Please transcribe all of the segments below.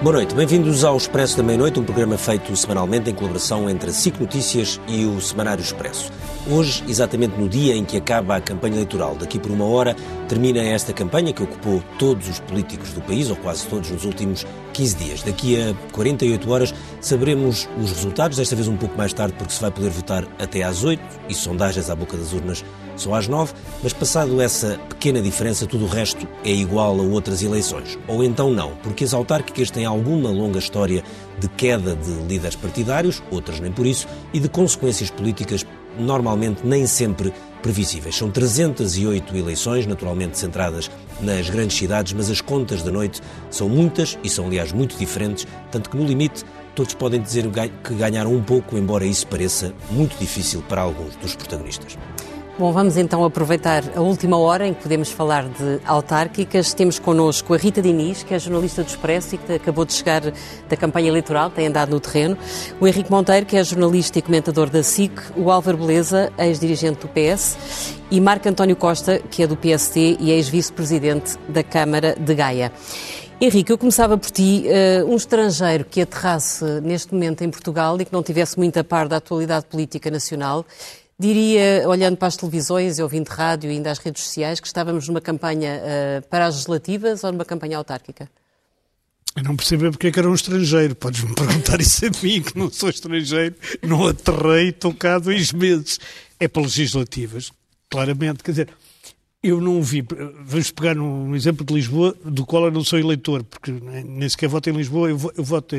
Boa noite, bem-vindos ao Expresso da Meia-Noite, um programa feito semanalmente em colaboração entre a SIC Notícias e o Semanário Expresso. Hoje, exatamente no dia em que acaba a campanha eleitoral, daqui por uma hora, termina esta campanha que ocupou todos os políticos do país, ou quase todos, nos últimos 15 dias. Daqui a 48 horas saberemos os resultados, desta vez um pouco mais tarde, porque se vai poder votar até às 8, e sondagens à boca das urnas só às 9, mas passado essa pequena diferença, tudo o resto é igual a outras eleições. Ou então não, porque as autárquicas têm alguma longa história de queda de líderes partidários, outras nem por isso, e de consequências políticas normalmente nem sempre previsíveis. São 308 eleições, naturalmente centradas nas grandes cidades, mas as contas da noite são muitas e são, aliás, muito diferentes, tanto que no limite todos podem dizer que ganharam um pouco, embora isso pareça muito difícil para alguns dos protagonistas. Bom, vamos então aproveitar a última hora em que podemos falar de autárquicas. Temos connosco a Rita Diniz, que é jornalista do Expresso e que acabou de chegar da campanha eleitoral, tem andado no terreno. O Henrique Monteiro, que é jornalista e comentador da SIC. O Álvaro Beleza, ex-dirigente do PS. E Marco António Costa, que é do PSD e ex-vice-presidente da Câmara de Gaia. Henrique, eu começava por ti, um estrangeiro que aterrasse neste momento em Portugal e que não tivesse muito a par da atualidade política nacional, diria, olhando para as televisões e ouvindo rádio e ainda às redes sociais, que estávamos numa campanha para as legislativas ou numa campanha autárquica? Eu não percebo porque é que era um estrangeiro. Podes-me perguntar isso a mim, que não sou estrangeiro, não aterrei, estou cá há 2 meses. É para legislativas, claramente. Quer dizer, eu não vi. Vamos pegar um exemplo de Lisboa, do qual eu não sou eleitor, porque nem sequer voto em Lisboa, eu voto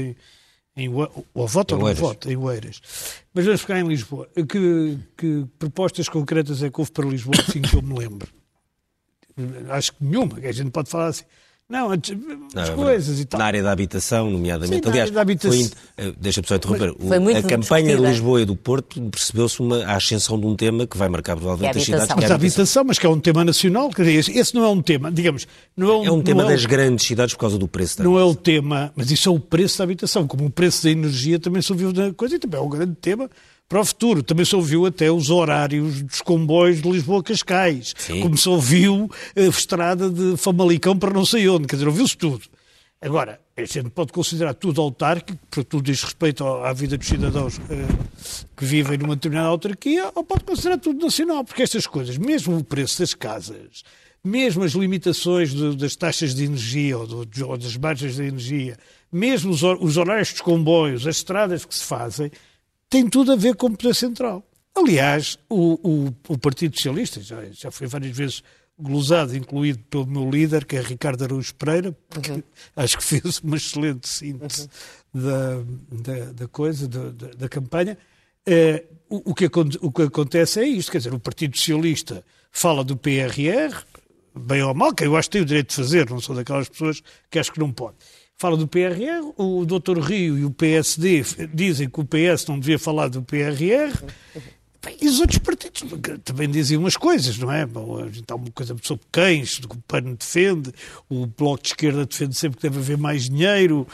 ou voto ou não voto, em Oeiras. Mas vamos ficar em Lisboa. Que propostas concretas é que houve para Lisboa, assim que eu me lembro? Acho que nenhuma, que a gente pode falar assim. Não, as coisas e tal. Na área da habitação, nomeadamente. Sim, aliás, da habitação. Deixa-me só interromper. A campanha de Lisboa e do Porto percebeu-se a ascensão de um tema que vai marcar provavelmente as cidades. Mas a habitação, mas que é um tema nacional. Quer dizer, esse não é um tema, digamos... É um tema das grandes cidades por causa do preço da habitação. habitação. Não é o tema, mas isso é o preço da habitação. Como o preço da energia também se ouviu na coisa e também é um grande tema para o futuro. Também se ouviu até os horários dos comboios de Lisboa-Cascais. Como se ouviu a estrada de Famalicão para não sei onde. Quer dizer, ouviu-se tudo. Agora, a gente pode considerar tudo autárquico, porque tudo diz respeito à vida dos cidadãos que vivem numa determinada autarquia, ou pode considerar tudo nacional, porque estas coisas, mesmo o preço das casas, mesmo as limitações das taxas de energia ou das margens de energia, mesmo os horários dos comboios, as estradas que se fazem, tem tudo a ver com o poder central. Aliás, o Partido Socialista, já foi várias vezes glosado, incluído pelo meu líder, que é Ricardo Araújo Pereira, porque acho que fez uma excelente síntese da coisa, da campanha. O que acontece é isto, quer dizer, o Partido Socialista fala do PRR, bem ou mal, que eu acho que tem o direito de fazer, não sou daquelas pessoas que acho que não pode. Fala do PRR, o Dr. Rio e o PSD dizem que o PS não devia falar do PRR, e os outros partidos também dizem umas coisas, não é? Bom, a gente há uma coisa sobre cães, que o PAN defende, o Bloco de Esquerda defende sempre que deve haver mais dinheiro,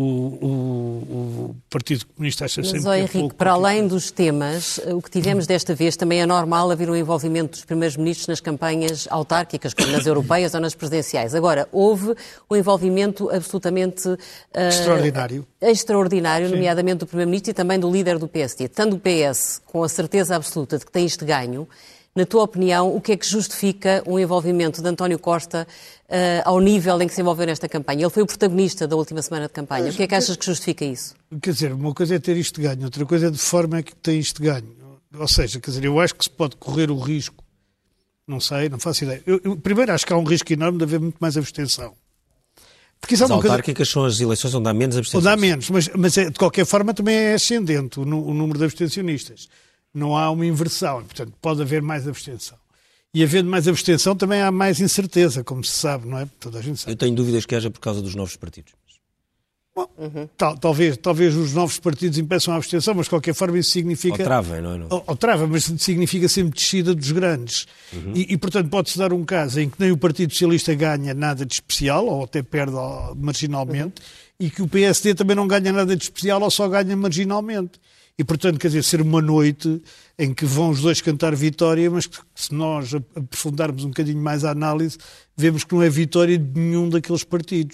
o Partido Comunista acha sempre que é Henrique, pouco. para além dos temas, o que tivemos desta vez também é normal haver um envolvimento dos primeiros ministros nas campanhas autárquicas, como nas europeias ou nas presidenciais. Agora, houve um envolvimento absolutamente extraordinário, nomeadamente do primeiro-ministro e também do líder do PSD. Tanto o PS, com a certeza absoluta de que tem este ganho, na tua opinião, o que é que justifica um envolvimento de António Costa ao nível em que se envolveu nesta campanha? Ele foi o protagonista da última semana de campanha. O que é que achas que justifica isso? Quer dizer, uma coisa é ter isto ganho, outra coisa é de forma é que tem isto ganho. Ou seja, quer dizer, eu acho que se pode correr o risco, não sei, não faço ideia. Eu primeiro acho que há um risco enorme de haver muito mais abstenção. As autárquicas são as eleições onde há menos abstenções. Onde há menos, mas de qualquer forma também é ascendente o número de abstencionistas. Não há uma inversão, portanto pode haver mais abstenção. E havendo mais abstenção também há mais incerteza, como se sabe, não é? Toda a gente sabe. Eu tenho dúvidas que haja por causa dos novos partidos. Bom, talvez os novos partidos impeçam a abstenção, mas de qualquer forma isso significa... Ou travem, não é? Ou travem, mas significa sempre descida dos grandes. E, portanto, pode-se dar um caso em que nem o Partido Socialista ganha nada de especial, ou até perde marginalmente, e que o PSD também não ganha nada de especial, ou só ganha marginalmente. E, portanto, quer dizer, ser uma noite em que vão os dois cantar vitória, mas que se nós aprofundarmos um bocadinho mais a análise, vemos que não é vitória de nenhum daqueles partidos.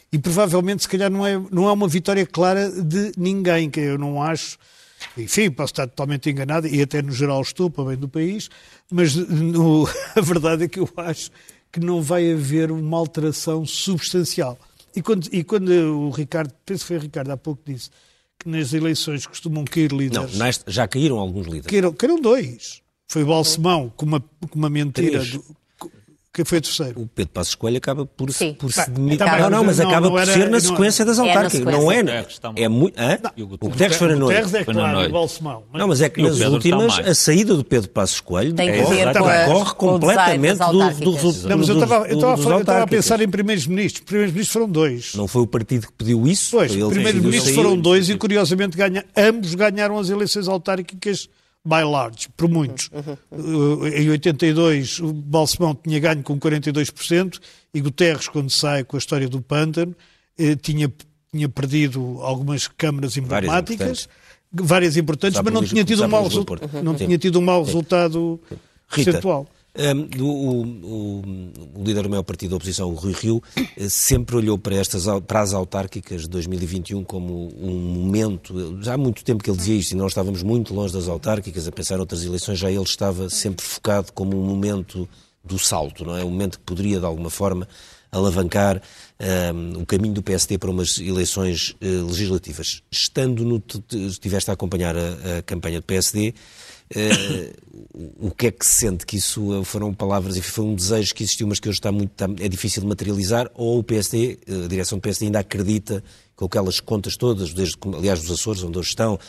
E provavelmente, se calhar, não é uma vitória clara de ninguém, que eu não acho. Enfim, posso estar totalmente enganado, e até no geral estou, para bem do país, mas a verdade é que eu acho que não vai haver uma alteração substancial. E quando o Ricardo, penso que foi o Ricardo há pouco disse, que nas eleições costumam cair líderes... Não, já caíram alguns líderes. Caíram 2. Foi o Balsemão, com uma mentira... Que foi o terceiro. O Pedro Passos Coelho acaba por se demitir. Mas acaba por ser na sequência das autárquicas. Não é? É muito. O Guterres foi na noite. O Guterres é claro, o Balsemão. Não, mas é que nas últimas, a saída do Pedro Passos Coelho corre completamente do resultado. Não, mas eu estava a pensar em primeiros-ministros. Primeiros-ministros foram 2. Não foi o partido que pediu isso? Pois, primeiros-ministros foram 2 e, curiosamente, ambos ganharam as eleições autárquicas by large, por muitos. Em 82 o Balsemão tinha ganho com 42% e Guterres, quando sai com a história do pântano, tinha perdido algumas câmaras emblemáticas, várias importantes, mas não tinha tido um mau resultado percentual. O líder do maior partido da oposição, o Rui Rio, sempre olhou para as autárquicas de 2021 como um momento, já há muito tempo que ele dizia isto, e nós estávamos muito longe das autárquicas, a pensar em outras eleições, já ele estava sempre focado como um momento do salto, não é? Um momento que poderia, de alguma forma, alavancar o caminho do PSD para umas eleições legislativas. Estiveste a acompanhar a campanha do PSD, o que é que se sente que isso foram palavras e foi um desejo que existiu, mas que hoje é difícil de materializar, ou o PSD, a direção do PSD ainda acredita com aquelas contas todas, aliás dos Açores, onde hoje estão,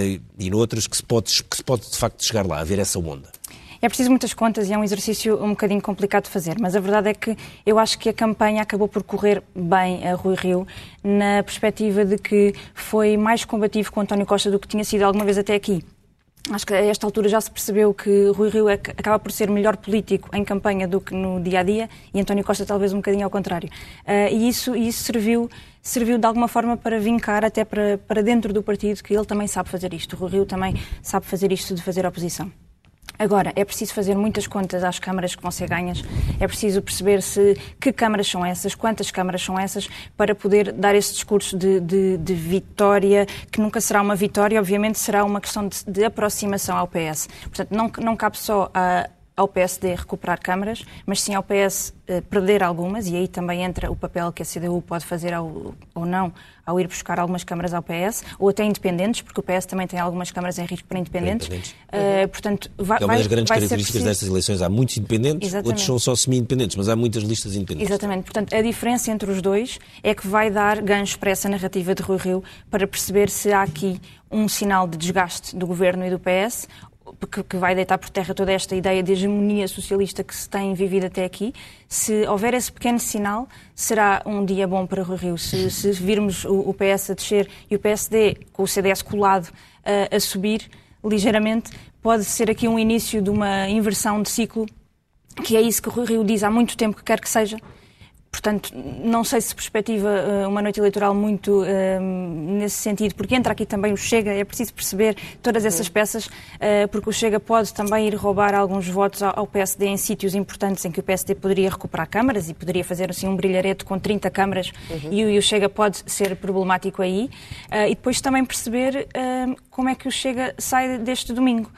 e noutras, que se pode de facto chegar lá, a ver essa onda? É preciso muitas contas e é um exercício um bocadinho complicado de fazer, mas a verdade é que eu acho que a campanha acabou por correr bem a Rui Rio, na perspectiva de que foi mais combativo com António Costa do que tinha sido alguma vez até aqui. Acho que a esta altura já se percebeu que Rui Rio acaba por ser melhor político em campanha do que no dia-a-dia e António Costa talvez um bocadinho ao contrário. E isso serviu de alguma forma para vincar até para dentro do partido que ele também sabe fazer isto. O Rui Rio também sabe fazer isto de fazer oposição. Agora, é preciso fazer muitas contas às câmaras que vão ser ganhas, é preciso perceber que câmaras são essas, quantas câmaras são essas, para poder dar esse discurso de vitória, que nunca será uma vitória, obviamente será uma questão de aproximação ao PS. Portanto, não cabe só ao PSD recuperar câmaras, mas sim ao PS perder algumas, e aí também entra o papel que a CDU pode fazer ou não ao ir buscar algumas câmaras ao PS, ou até independentes, porque o PS também tem algumas câmaras em risco para independentes. Portanto, é uma das grandes características destas eleições. Há muitos independentes, outros são só semi-independentes, mas há muitas listas independentes. Exatamente. Portanto, a diferença entre os dois é que vai dar gancho para essa narrativa de Rui Rio para perceber se há aqui um sinal de desgaste do Governo e do PS, que vai deitar por terra toda esta ideia de hegemonia socialista que se tem vivido até aqui. Se houver esse pequeno sinal, será um dia bom para Rui Rio. Se virmos o PS a descer e o PSD, com o CDS colado, a subir ligeiramente, pode ser aqui um início de uma inversão de ciclo, que é isso que o Rui Rio diz há muito tempo que quer que seja. Portanto, não sei se perspectiva uma noite eleitoral muito nesse sentido, porque entra aqui também o Chega, é preciso perceber todas essas peças, porque o Chega pode também ir roubar alguns votos ao PSD em sítios importantes em que o PSD poderia recuperar câmaras e poderia fazer assim um brilharete com 30 câmaras e o Chega pode ser problemático aí. E depois também perceber como é que o Chega sai deste domingo.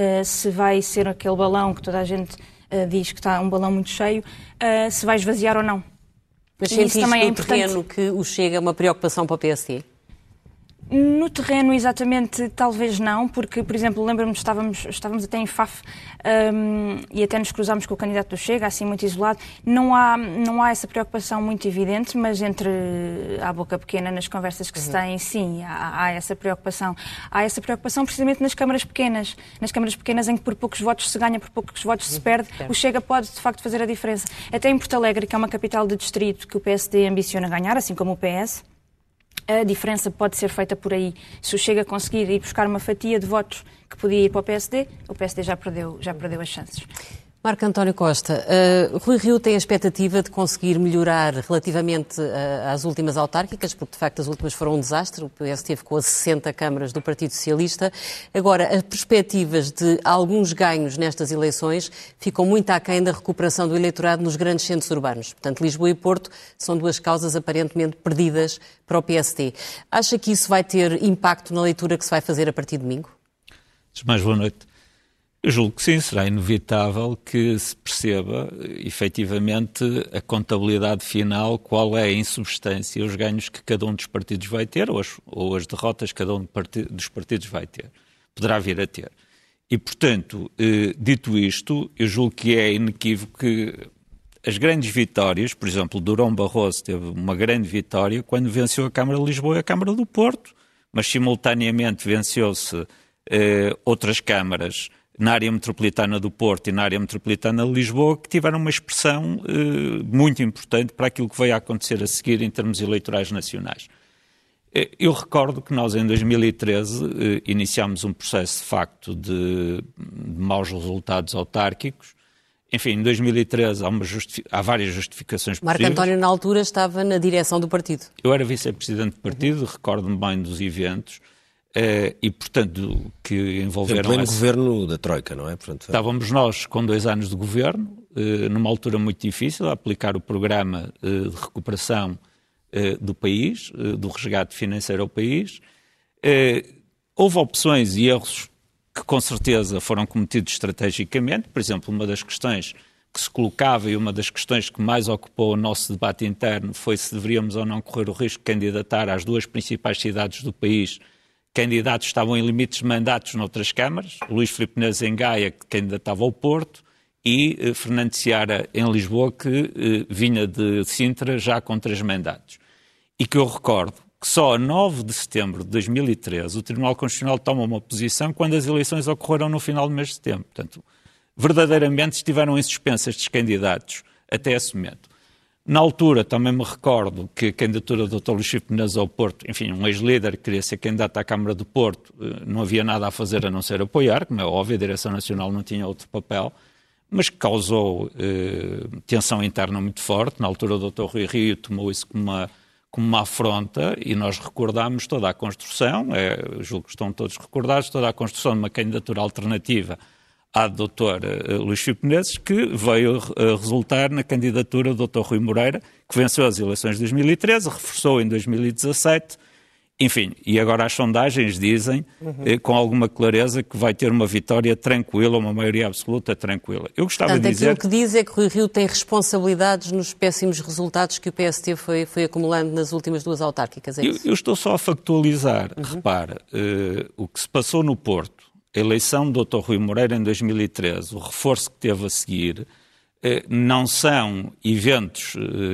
Se vai ser aquele balão que toda a gente diz que está um balão muito cheio, se vai esvaziar ou não. Mas sentiste no terreno que o Chega é uma preocupação para o PSD? No terreno, exatamente, talvez não, porque, por exemplo, lembro-me, estávamos até em Faf e até nos cruzámos com o candidato do Chega, assim muito isolado. Não há essa preocupação muito evidente, mas à boca pequena, nas conversas que se têm, sim, há essa preocupação. Há essa preocupação precisamente nas câmaras pequenas em que por poucos votos se ganha, por poucos votos se perde. O Chega pode, de facto, fazer a diferença. Até em Porto Alegre, que é uma capital de distrito que o PSD ambiciona ganhar, assim como o PS, a diferença pode ser feita por aí. Se o Chega conseguir ir buscar uma fatia de votos que podia ir para o PSD já perdeu as chances. Marco António Costa, Rui Rio tem a expectativa de conseguir melhorar relativamente às últimas autárquicas, porque de facto as últimas foram um desastre, o PS teve com as 60 câmaras do Partido Socialista. Agora, as perspectivas de alguns ganhos nestas eleições ficam muito aquém da recuperação do eleitorado nos grandes centros urbanos. Portanto, Lisboa e Porto são duas causas aparentemente perdidas para o PSD. Acha que isso vai ter impacto na leitura que se vai fazer a partir de domingo? Mais boa noite. Eu julgo que sim, será inevitável que se perceba, efetivamente, a contabilidade final, qual é, em substância, os ganhos que cada um dos partidos vai ter ou as derrotas que cada um dos partidos vai ter, poderá vir a ter. E, portanto, dito isto, eu julgo que é inequívoco que as grandes vitórias, por exemplo, Durão Barroso teve uma grande vitória quando venceu a Câmara de Lisboa e a Câmara do Porto, mas simultaneamente venceu-se outras câmaras na área metropolitana do Porto e na área metropolitana de Lisboa, que tiveram uma expressão muito importante para aquilo que veio a acontecer a seguir em termos eleitorais nacionais. Eu recordo que nós, em 2013, iniciámos um processo, de facto, de maus resultados autárquicos. Enfim, em 2013 há várias justificações possíveis. Marco António, na altura, estava na direção do partido. Eu era vice-presidente do partido, recordo-me bem dos eventos. E, portanto, que envolveram... Em pleno governo da Troika, não é? Portanto, Estávamos nós com 2 anos de governo, numa altura muito difícil, a aplicar o programa de recuperação do país, do resgate financeiro ao país. Houve opções e erros que, com certeza, foram cometidos estrategicamente. Por exemplo, uma das questões que se colocava e uma das questões que mais ocupou o nosso debate interno foi se deveríamos ou não correr o risco de candidatar às 2 principais cidades do país. Candidatos estavam em limites de mandatos noutras câmaras, Luís Filipe Neves em Gaia, que candidatava ao Porto, e Fernando Seara em Lisboa, que vinha de Sintra já com 3 mandatos. E que eu recordo que só a 9 de setembro de 2013 o Tribunal Constitucional toma uma posição quando as eleições ocorreram no final do mês de setembro. Portanto, verdadeiramente estiveram em suspensa estes candidatos até esse momento. Na altura, também me recordo que a candidatura do Dr. Luís Filipe Neves ao Porto, enfim, um ex-líder que queria ser candidato à Câmara do Porto, não havia nada a fazer a não ser apoiar, como é óbvio, a Direção Nacional não tinha outro papel, mas que causou tensão interna muito forte. Na altura, o Dr. Rui Rio tomou isso como uma afronta e nós recordámos toda a construção, julgo que estão todos recordados, toda a construção de uma candidatura alternativa à Dr. Luís Filipe Menezes, que veio a resultar na candidatura do Dr. Rui Moreira, que venceu as eleições de 2013, reforçou em 2017, enfim, e agora as sondagens dizem com alguma clareza que vai ter uma vitória tranquila, uma maioria absoluta tranquila. Eu gostava de dizer... Aquilo que diz é que Rui Rio tem responsabilidades nos péssimos resultados que o PST foi acumulando nas últimas 2 autárquicas, é isso? Eu estou só a factualizar. Repara, o que se passou no Porto, a eleição do Dr. Rui Moreira em 2013, o reforço que teve a seguir, não são eventos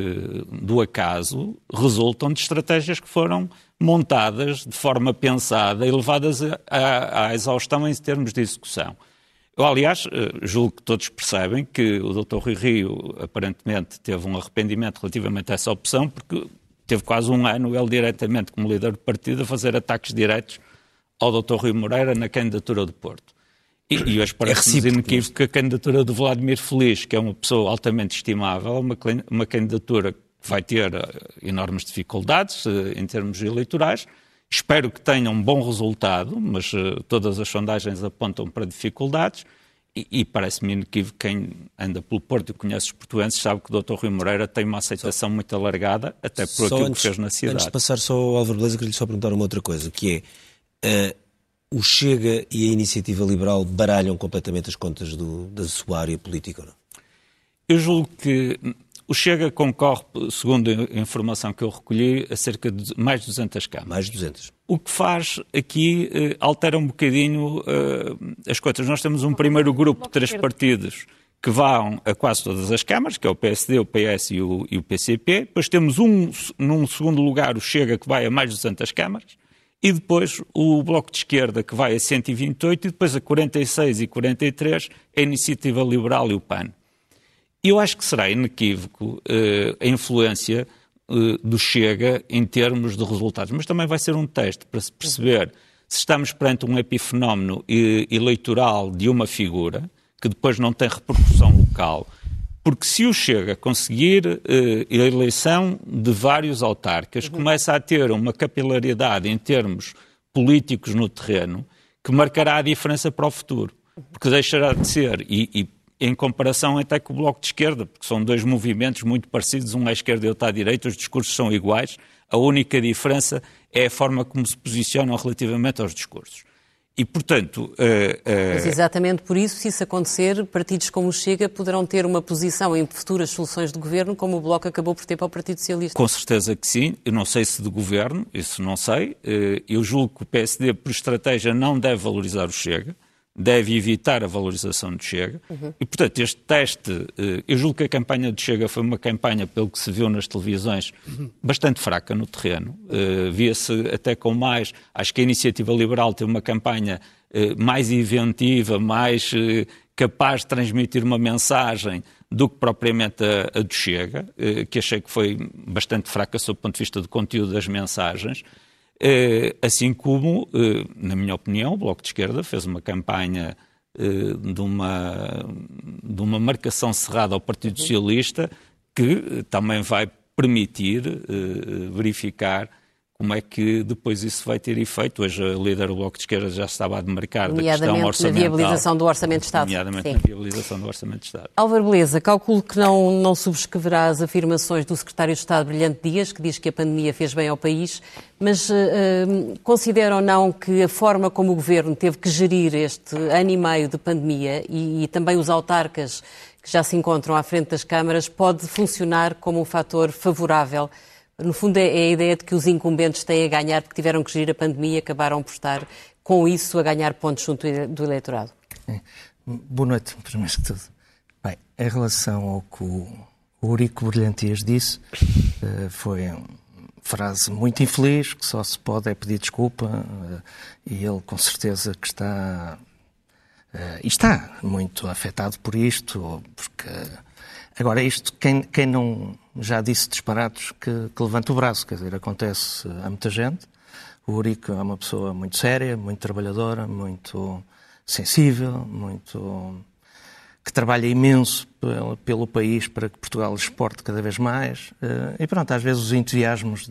do acaso, resultam de estratégias que foram montadas de forma pensada e levadas à exaustão em termos de execução. Eu, aliás, julgo que todos percebem que o Dr. Rui Rio aparentemente teve um arrependimento relativamente a essa opção, porque teve quase 1 ano ele diretamente como líder do partido a fazer ataques diretos ao Dr. Rui Moreira na candidatura do Porto. E hoje parece-nos inequívoco que a candidatura do Vladimir Feliz, que é uma pessoa altamente estimável, uma candidatura que vai ter enormes dificuldades em termos eleitorais. Espero que tenha um bom resultado, mas todas as sondagens apontam para dificuldades. E parece-me inequívoco quem anda pelo Porto e conhece os portuenses sabe que o Dr. Rui Moreira tem uma aceitação muito alargada, até por aquilo que fez na cidade. Antes de passar só ao Álvaro Beleza, queria só perguntar uma outra coisa, que é... o Chega e a Iniciativa Liberal baralham completamente as contas da sua área política, ou não? Eu julgo que o Chega concorre, segundo a informação que eu recolhi, a cerca de mais de 200 câmaras. Mais de 200. O que faz aqui altera um bocadinho as coisas. Nós temos um primeiro grupo de 3 partidos que vão a quase todas as câmaras, que é o PSD, o PS e o PCP. Depois temos num segundo lugar o Chega, que vai a mais de 200 câmaras. E depois o Bloco de Esquerda, que vai a 128, e depois a 46 e 43, a Iniciativa Liberal e o PAN. Eu acho que será inequívoco a influência do Chega em termos de resultados, mas também vai ser um teste para se perceber se estamos perante um epifenómeno eleitoral de uma figura, que depois não tem repercussão local. Porque se o Chega conseguir a eleição de vários autarcas, começa a ter uma capilaridade em termos políticos no terreno que marcará a diferença para o futuro. Porque deixará de ser, e em comparação até com o Bloco de Esquerda, porque são dois movimentos muito parecidos, um à esquerda e outro à direita, os discursos são iguais, a única diferença é a forma como se posicionam relativamente aos discursos. E, portanto... Mas exatamente por isso, se isso acontecer, partidos como o Chega poderão ter uma posição em futuras soluções de governo, como o Bloco acabou por ter para o Partido Socialista. Com certeza que sim. Eu não sei se de governo, isso não sei. Eu julgo que o PSD, por estratégia, não deve valorizar o Chega. Deve evitar a valorização do Chega. E, portanto, este teste, eu julgo que a campanha do Chega foi uma campanha, pelo que se viu nas televisões, bastante fraca no terreno. Via-se até com mais... Acho que a Iniciativa Liberal teve uma campanha mais inventiva, mais capaz de transmitir uma mensagem do que propriamente a do Chega, que achei que foi bastante fraca sob o ponto de vista do conteúdo das mensagens. Assim como, na minha opinião, o Bloco de Esquerda fez uma campanha de uma marcação cerrada ao Partido Socialista que também vai permitir verificar como é que depois isso vai ter efeito. Hoje a líder do Bloco de Esquerda já estava a demarcar da questão orçamental. Na viabilização do Orçamento de Estado. Nomeadamente na viabilização do Orçamento de Estado. Álvaro Beleza, calculo que não subscreverá as afirmações do Secretário de Estado Brilhante Dias, que diz que a pandemia fez bem ao país, mas considera ou não que a forma como o Governo teve que gerir este ano e meio de pandemia e também os autarcas que já se encontram à frente das câmaras pode funcionar como um fator favorável? No fundo, é a ideia de que os incumbentes têm a ganhar porque tiveram que gerir a pandemia e acabaram por estar, com isso, a ganhar pontos junto do eleitorado. Boa noite, primeiro que tudo. Bem, em relação ao que o Eurico Brilhantias disse, foi uma frase muito infeliz, que só se pode pedir desculpa, e ele com certeza que está muito afetado por isto, porque... Agora, isto, quem não já disse disparados que levanta o braço, quer dizer, acontece a muita gente. O Eurico é uma pessoa muito séria, muito trabalhadora, muito sensível, que trabalha imenso pelo país para que Portugal exporte cada vez mais. E pronto, às vezes os entusiasmos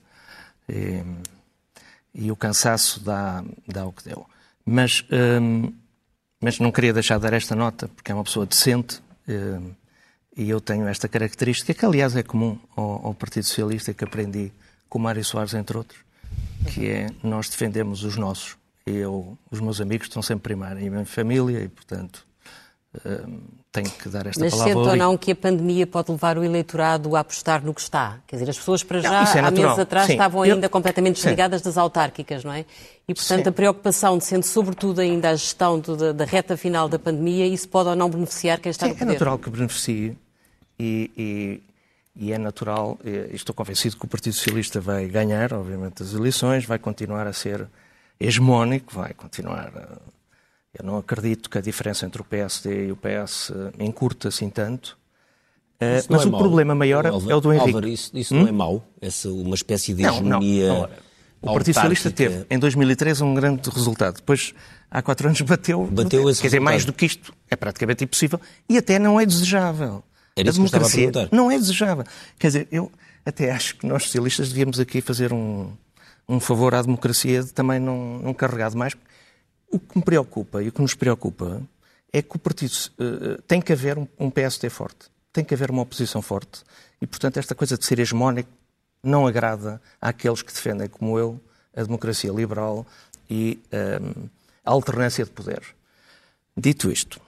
e o cansaço dá o que deu. Mas não queria deixar de dar esta nota, porque é uma pessoa decente, e eu tenho esta característica, que aliás é comum ao Partido Socialista, que aprendi com o Mário Soares, entre outros, que é nós defendemos os nossos. Os meus amigos estão sempre primeiro, e a minha família, e portanto tenho que dar esta palavra. Mas sente ou não que a pandemia pode levar o eleitorado a apostar no que está? Quer dizer, as pessoas para já, há meses atrás, estavam ainda completamente desligadas das autárquicas, não é? E, portanto, a preocupação de sendo, sobretudo, ainda a gestão da reta final da pandemia, isso pode ou não beneficiar quem está no poder? É natural que beneficie e é natural, e estou convencido que o Partido Socialista vai ganhar, obviamente, as eleições, vai continuar a ser hegemónico, vai continuar... Eu não acredito que a diferença entre o PSD e o PS encurta assim tanto. Mas o problema maior é o do Henrique. Álvaro, isso não é mau? Uma espécie de hegemonia... Não. O Partido Socialista teve, em 2013, um grande resultado. Depois, há 4 anos, bateu esse resultado. Quer dizer, mais do que isto, é praticamente impossível. E até não é desejável. Era isso que eu estava a perguntar. Não é desejável. Quer dizer, eu até acho que nós, socialistas, devíamos aqui fazer um favor à democracia de também não carregar demais. O que me preocupa e o que nos preocupa é que o partido tem que haver um PSD forte, tem que haver uma oposição forte e, portanto, esta coisa de ser hegemónico não agrada àqueles que defendem, como eu, a democracia liberal e a alternância de poderes. Dito isto,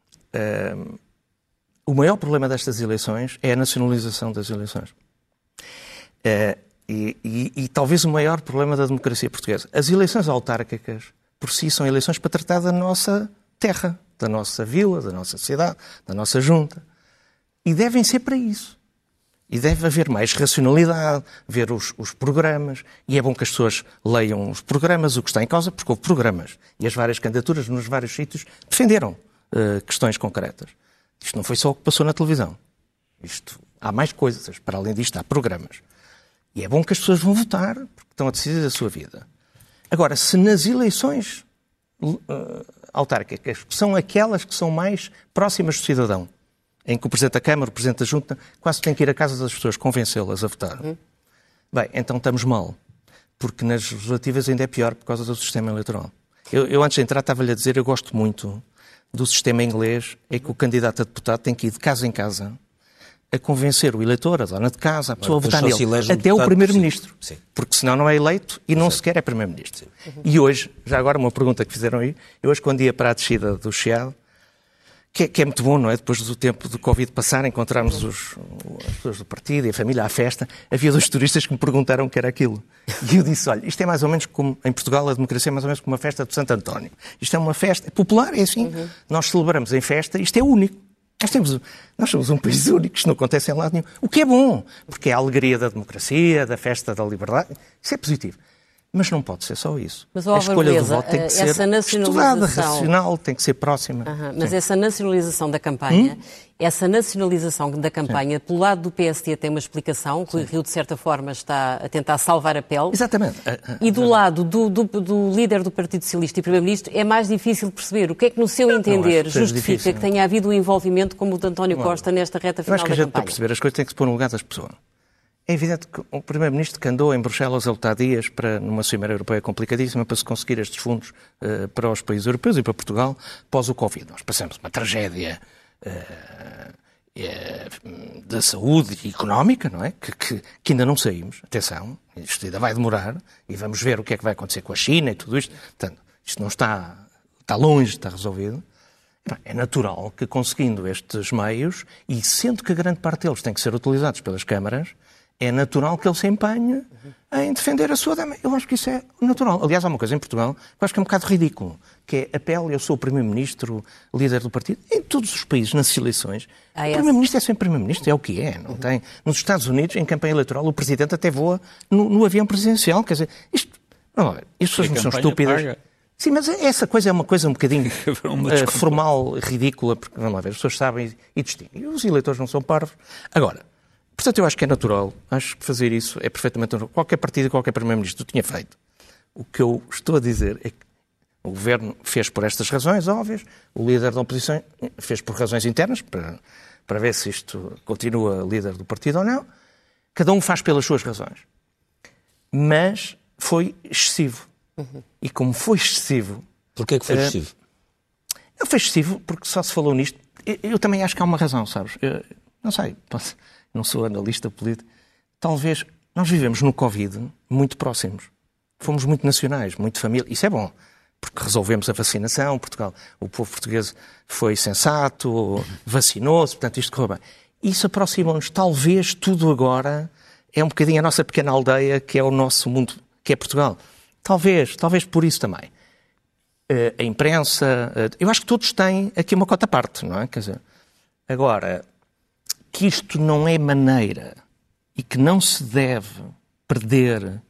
o maior problema destas eleições é a nacionalização das eleições. E talvez o maior problema da democracia portuguesa. As eleições autárquicas por si são eleições para tratar da nossa terra, da nossa vila, da nossa cidade, da nossa junta. E devem ser para isso. E deve haver mais racionalidade, ver os programas. E é bom que as pessoas leiam os programas, o que está em causa, porque houve programas. E as várias candidaturas nos vários sítios defenderam questões concretas. Isto não foi só o que passou na televisão. Há mais coisas. Para além disto, há programas. E é bom que as pessoas vão votar, porque estão a decidir a sua vida. Agora, se nas eleições autárquicas, que são aquelas que são mais próximas do cidadão, em que o Presidente da Câmara, o Presidente da Junta, quase tem que ir à casa das pessoas, convencê-las a votar. Bem, então estamos mal, porque nas legislativas ainda é pior por causa do sistema eleitoral. Eu antes de entrar, estava-lhe a dizer, eu gosto muito do sistema inglês, é que o candidato a deputado tem que ir de casa em casa a convencer o eleitor, a dona de casa, a pessoa a votar nele, até o Primeiro-Ministro. Porque senão não é eleito e não sequer é Primeiro-Ministro. E hoje, já agora uma pergunta que fizeram aí, eu hoje quando ia para a descida do Chiado, que é muito bom, não é? Depois do tempo do Covid passar, encontrarmos as pessoas do partido e a família à festa, havia 2 turistas que me perguntaram o que era aquilo. E eu disse, olha, isto é mais ou menos como, em Portugal, a democracia é mais ou menos como uma festa de Santo António. Isto é uma festa popular, é assim. Nós celebramos em festa, isto é único. Nós somos um país único, isto não acontece em lado nenhum. O que é bom, porque é a alegria da democracia, da festa da liberdade, isso é positivo. Mas não pode ser só isso. Mas, a escolha do voto tem que ser estudada, racional, tem que ser próxima. Mas essa nacionalização da campanha, pelo lado do PSD tem uma explicação, que o Rio, de certa forma, está a tentar salvar a pele. Exatamente. E do lado do líder do Partido Socialista e Primeiro-Ministro é mais difícil perceber o que é que, no seu entender, justifica que tenha havido um envolvimento como o de António Costa nesta reta final da campanha. Eu acho que a gente, para perceber as coisas, tem que se pôr no lugar das pessoas. É evidente que o Primeiro-Ministro que andou em Bruxelas a lutar dias numa Cimeira Europeia complicadíssima para se conseguir estes fundos para os países europeus e para Portugal pós o Covid. Nós passamos uma tragédia da saúde e económica, não é? Que ainda não saímos. Atenção, isto ainda vai demorar e vamos ver o que é que vai acontecer com a China e tudo isto. Portanto, isto não está longe de estar resolvido. É natural que, conseguindo estes meios, e sendo que a grande parte deles tem que ser utilizados pelas câmaras, é natural que ele se empenhe em defender a sua dama. Eu acho que isso é natural. Aliás, há uma coisa em Portugal que eu acho que é um bocado ridículo, que é eu sou o Primeiro-Ministro, líder do partido. Em todos os países, nas eleições, o Primeiro-Ministro é sempre Primeiro-Ministro, é o que é. Não tem. Nos Estados Unidos, em campanha eleitoral, o Presidente até voa no avião presidencial. Quer dizer, isto... Não, as pessoas não são estúpidas. Paga. Sim, mas essa coisa é uma coisa um bocadinho formal, ridícula, porque, vamos lá ver, as pessoas sabem e distinguem. E os eleitores não são parvos. Agora, portanto, eu acho que é natural. Acho que fazer isso é perfeitamente natural. Qualquer partido, qualquer Primeiro-Ministro tinha feito. O que eu estou a dizer é que o Governo fez por estas razões óbvias, o líder da oposição fez por razões internas, para ver se isto continua líder do partido ou não. Cada um faz pelas suas razões. Mas foi excessivo. E como foi excessivo... Porquê que foi excessivo? Foi excessivo porque só se falou nisto. Eu também acho que há uma razão, sabes? Não sei, não sou analista político. Talvez nós vivemos no Covid muito próximos. Fomos muito nacionais, muito família. Isso é bom, porque resolvemos a vacinação. Portugal, o povo português foi sensato, vacinou-se, portanto isto correu bem. Isso aproximou-nos. Talvez tudo agora é um bocadinho a nossa pequena aldeia, que é o nosso mundo, que é Portugal. Talvez por isso também. A imprensa... eu acho que todos têm aqui uma cota à parte, não é? Quer dizer, agora, que isto não é maneira e que não se deve perder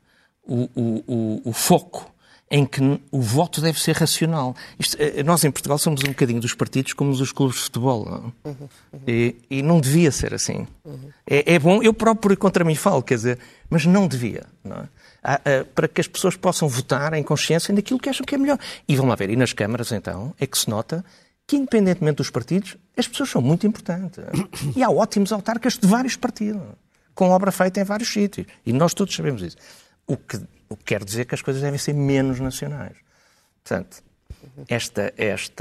o foco em que o voto deve ser racional. Nós em Portugal somos um bocadinho dos partidos como dos clubes de futebol, não? E não devia ser assim. É bom, eu próprio contra mim falo, quer dizer, mas não devia, não é? Para que as pessoas possam votar em consciência naquilo que acham que é melhor. E vamos lá ver, e nas câmaras então, é que se nota que independentemente dos partidos, as pessoas são muito importantes. E há ótimos autarcas de vários partidos, com obra feita em vários sítios. E nós todos sabemos isso. O que quer dizer que as coisas devem ser menos nacionais. Portanto, esta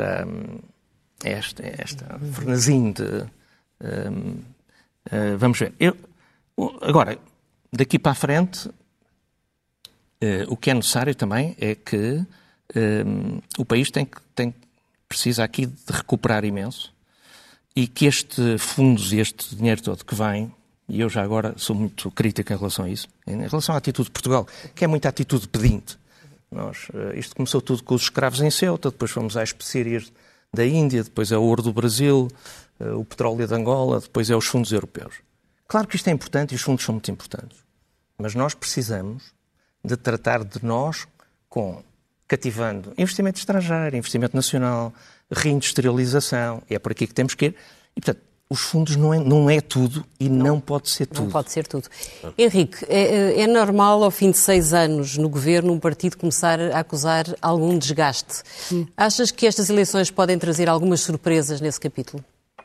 fornazinho de... vamos ver. Agora, daqui para a frente... o que é necessário também é que o país precisa aqui de recuperar imenso e que este fundos e este dinheiro todo que vem, e eu já agora sou muito crítico em relação a isso, em relação à atitude de Portugal, que é muita atitude pedinte. Isto começou tudo com os escravos em Ceuta, depois fomos às especiarias da Índia, depois é o ouro do Brasil, o petróleo de Angola, depois é os fundos europeus. Claro que isto é importante e os fundos são muito importantes, mas nós precisamos de tratar de nós cativando investimento estrangeiro, investimento nacional, reindustrialização. É por aqui que temos que ir. E, portanto, os fundos não é tudo e não pode ser tudo. Não pode ser tudo. Henrique, é normal ao fim de 6 anos no governo um partido começar a acusar algum desgaste. Achas que estas eleições podem trazer algumas surpresas nesse capítulo?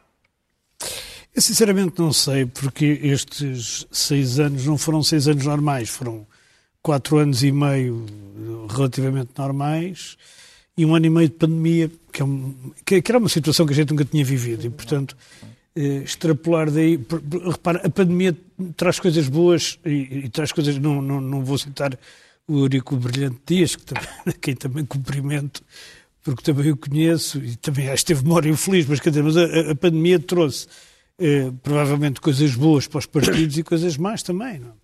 Eu sinceramente não sei, porque estes 6 anos não foram 6 anos normais, foram 4 anos e meio relativamente normais e 1 ano e meio de pandemia, que era uma situação que a gente nunca tinha vivido e, portanto, extrapolar daí... Repara, a pandemia traz coisas boas e traz coisas... Não vou citar o Eurico Brilhante Dias, quem também cumprimento, porque também o conheço e também acho que teve memória infeliz, mas, quer dizer, mas a pandemia trouxe provavelmente coisas boas para os partidos e coisas más também, não?